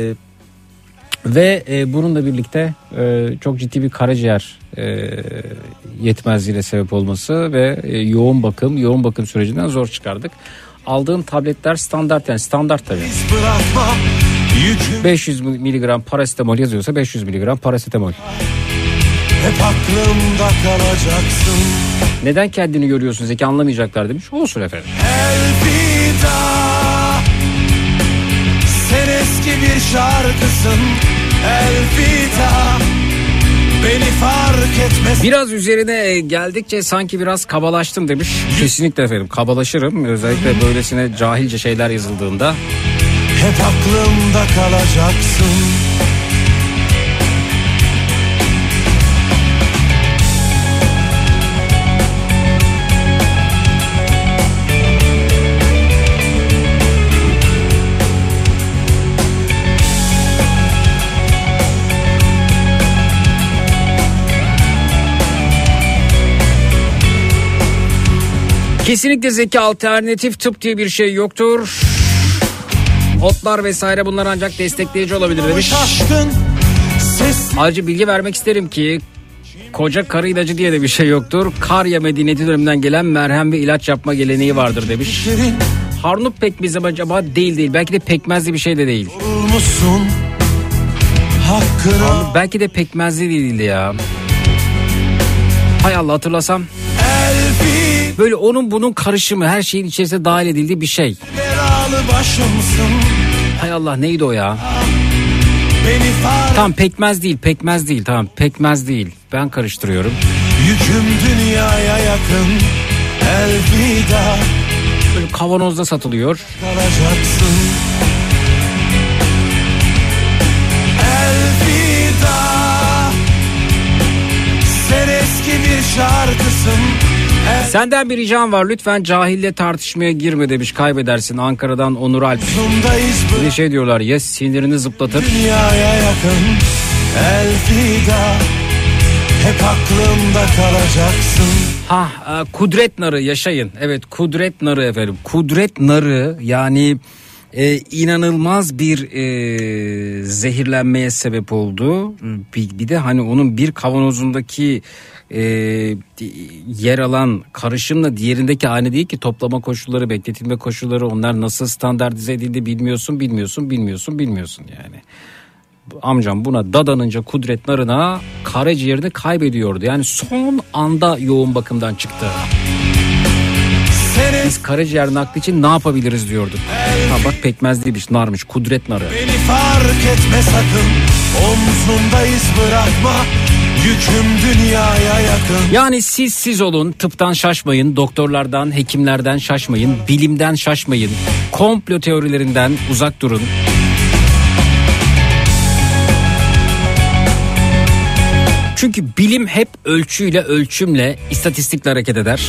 ve e, bununla birlikte e, çok ciddi bir karaciğer e, yetmezliğine sebep olması ve e, yoğun bakım, yoğun bakım sürecinden zor çıkardık. Aldığım tabletler standart, yani standart tabii. beş yüz miligram parasetamol yazıyorsa beş yüz miligram parasetamol. Hep aklımda kalacaksın. Neden kendini görüyorsun Zeki, anlamayacaklar demiş. Olsun efendim. Elvida, sen eski bir şarkısın. Elvida, beni fark etmez. Biraz üzerine geldikçe sanki biraz kabalaştım demiş. Kesinlikle efendim, kabalaşırım. Özellikle böylesine cahilce şeyler yazıldığında. Hep aklımda kalacaksın. Kesinlikle Zeki, alternatif tıp diye bir şey yoktur. Otlar vesaire bunlar ancak destekleyici olabilir demiş. Ayrıca bilgi vermek isterim ki koca karı ilacı diye de bir şey yoktur. Karya medeniyeti döneminden gelen merhem ve ilaç yapma geleneği vardır demiş. Harnup pekmezi acaba? Değil değil. Belki de pekmezli bir şey de değil. Harnup belki de pekmezli değildi ya. Hay Allah, hatırlasam. Böyle onun bunun karışımı, her şeyin içerisine dahil edildiği bir şey. Hay Allah, neydi o ya? Tamam, pekmez değil, pekmez değil, tamam pekmez değil. Ben karıştırıyorum. Yüküm dünyaya yakın. Elvida, böyle kavanozda satılıyor. Kalacaksın. Elvida, sen eski bir şarkısın. Senden bir ricam var, lütfen cahille tartışmaya girme demiş. Kaybedersin. Ankara'dan Onur Alp. Bir şey diyorlar ya, sinirini zıplatır. Dünyaya yakın. Elvida, hep aklımda kalacaksın. Ha, kudret narı yaşayın. Evet, kudret narı efendim. Kudret narı yani e, inanılmaz bir e, zehirlenmeye sebep oldu. Bir, bir de hani onun bir kavanozundaki e, yer alan karışımla diğerindeki aynı değil ki. Toplama koşulları, bekletilme koşulları, onlar nasıl standartize edildi bilmiyorsun, bilmiyorsun, bilmiyorsun, bilmiyorsun yani. Amcam buna dadanınca kudret narına karaciğerini kaybediyordu. Yani son anda yoğun bakımdan çıktı. Biz karaciğer nakli için ne yapabiliriz diyorduk. Ha bak, pekmez değilmiş, narmış, kudret narı. Beni fark etme sakın, omzunda iz bırakma, yüküm dünyaya yakın. Yani siz siz olun, tıptan şaşmayın, doktorlardan, hekimlerden şaşmayın, bilimden şaşmayın, komplo teorilerinden uzak durun. Çünkü bilim hep ölçüyle, ölçümle, istatistikle hareket eder.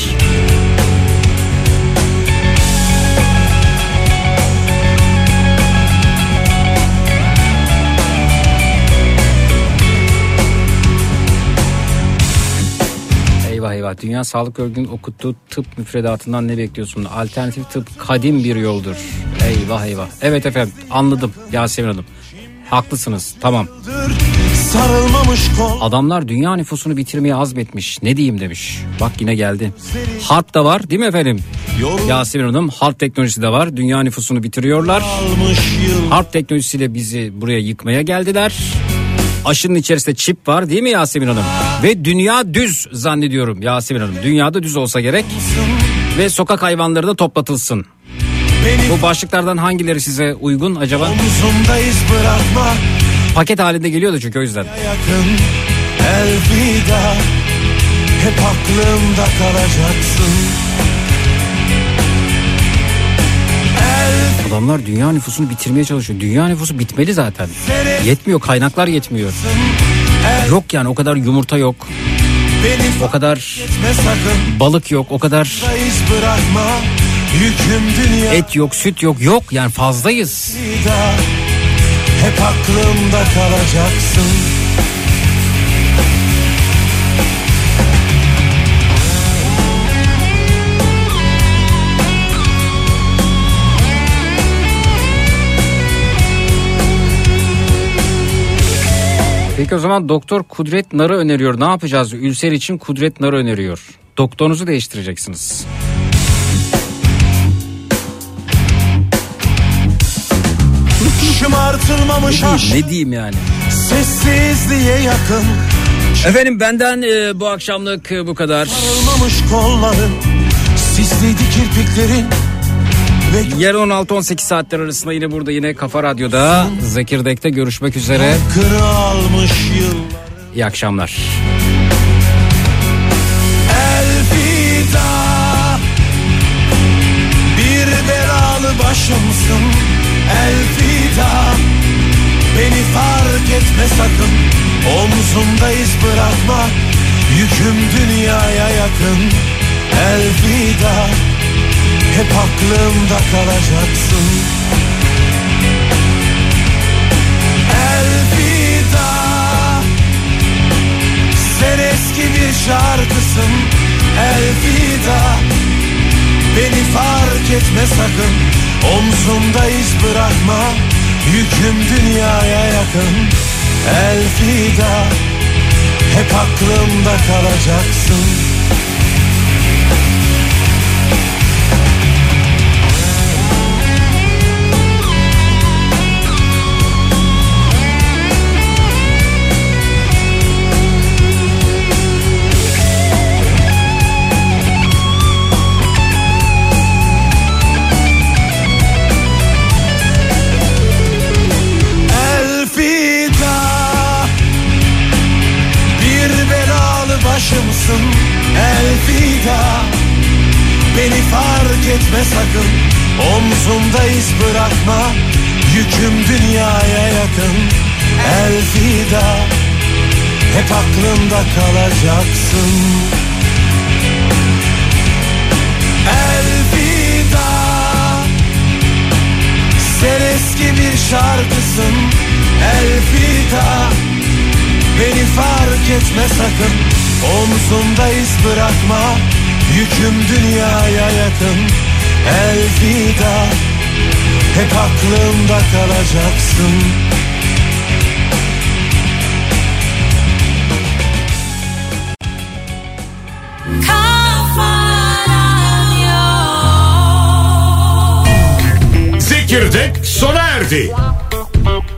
Eyvah eyvah. Dünya Sağlık Örgütü'nün okuttuğu tıp müfredatından ne bekliyorsun? Alternatif tıp kadim bir yoldur. Eyvah eyvah. Evet efendim, anladım Yasemin Hanım. Haklısınız, tamam. Adamlar dünya nüfusunu bitirmeye azmetmiş. Ne diyeyim demiş. Bak yine geldi. Harp da var değil mi efendim? Yasemin Hanım, harp teknolojisi de var. Dünya nüfusunu bitiriyorlar. Harp teknolojisiyle bizi buraya yıkmaya geldiler. Aşının içerisinde çip var değil mi Yasemin Hanım? Ve dünya düz zannediyorum Yasemin Hanım. Dünyada düz olsa gerek. Ve sokak hayvanları da toplatılsın. Bu başlıklardan hangileri size uygun acaba? Paket halinde geliyordu çünkü o yüzden. Yakın, elvida, hep aklımda kalacaksın. El... Adamlar dünya nüfusunu bitirmeye çalışıyor. Dünya nüfusu bitmeli zaten. Yetmiyor, kaynaklar yetmiyor. El... Yok yani, o kadar yumurta yok. Beni o kadar balık yok, o kadar bırakma, et yok, süt yok, yok yani fazlayız. Hep aklımda kalacaksın. Peki o zaman Doktor Kudret Nar'ı öneriyor. Ne yapacağız? Ülser için Kudret Nar'ı öneriyor. Doktorunuzu değiştireceksiniz. Şımartılmamış aşk. Ne diyeyim yani? Sessizliğe yakın. Efendim benden e, bu akşamlık e, bu kadar. Sarılmamış kolların, sisliydi kirpiklerin. Ve... Yarın on altı on sekiz saatler arasında yine burada, yine Kafa Radyo'da Zekirdek'te görüşmek üzere. Almış yıllar. İyi akşamlar. Elvida, bir belalı başımsın. Elvida, beni fark etme sakın. Omzumda iz bırakma, yüküm dünyaya yakın. Elvida, hep aklımda kalacaksın. Elvida, sen eski bir şarkısın. Elvida, beni fark etme sakın. Omzumda iz bırakma, yüküm dünyaya yakın. Elvida, hep aklımda kalacaksın. Başımsın elvida, beni fark etme sakın. Omzumda iz bırakma, yüküm dünyaya yakın. Elvida, hep aklımda kalacaksın. Elvida, sen eski bir şarkısın. Elvida, beni fark etme sakın. Omzumda iz bırakma, yüküm dünyaya yakın. Elvida, hep aklımda kalacaksın. Zekirdek sona erdi.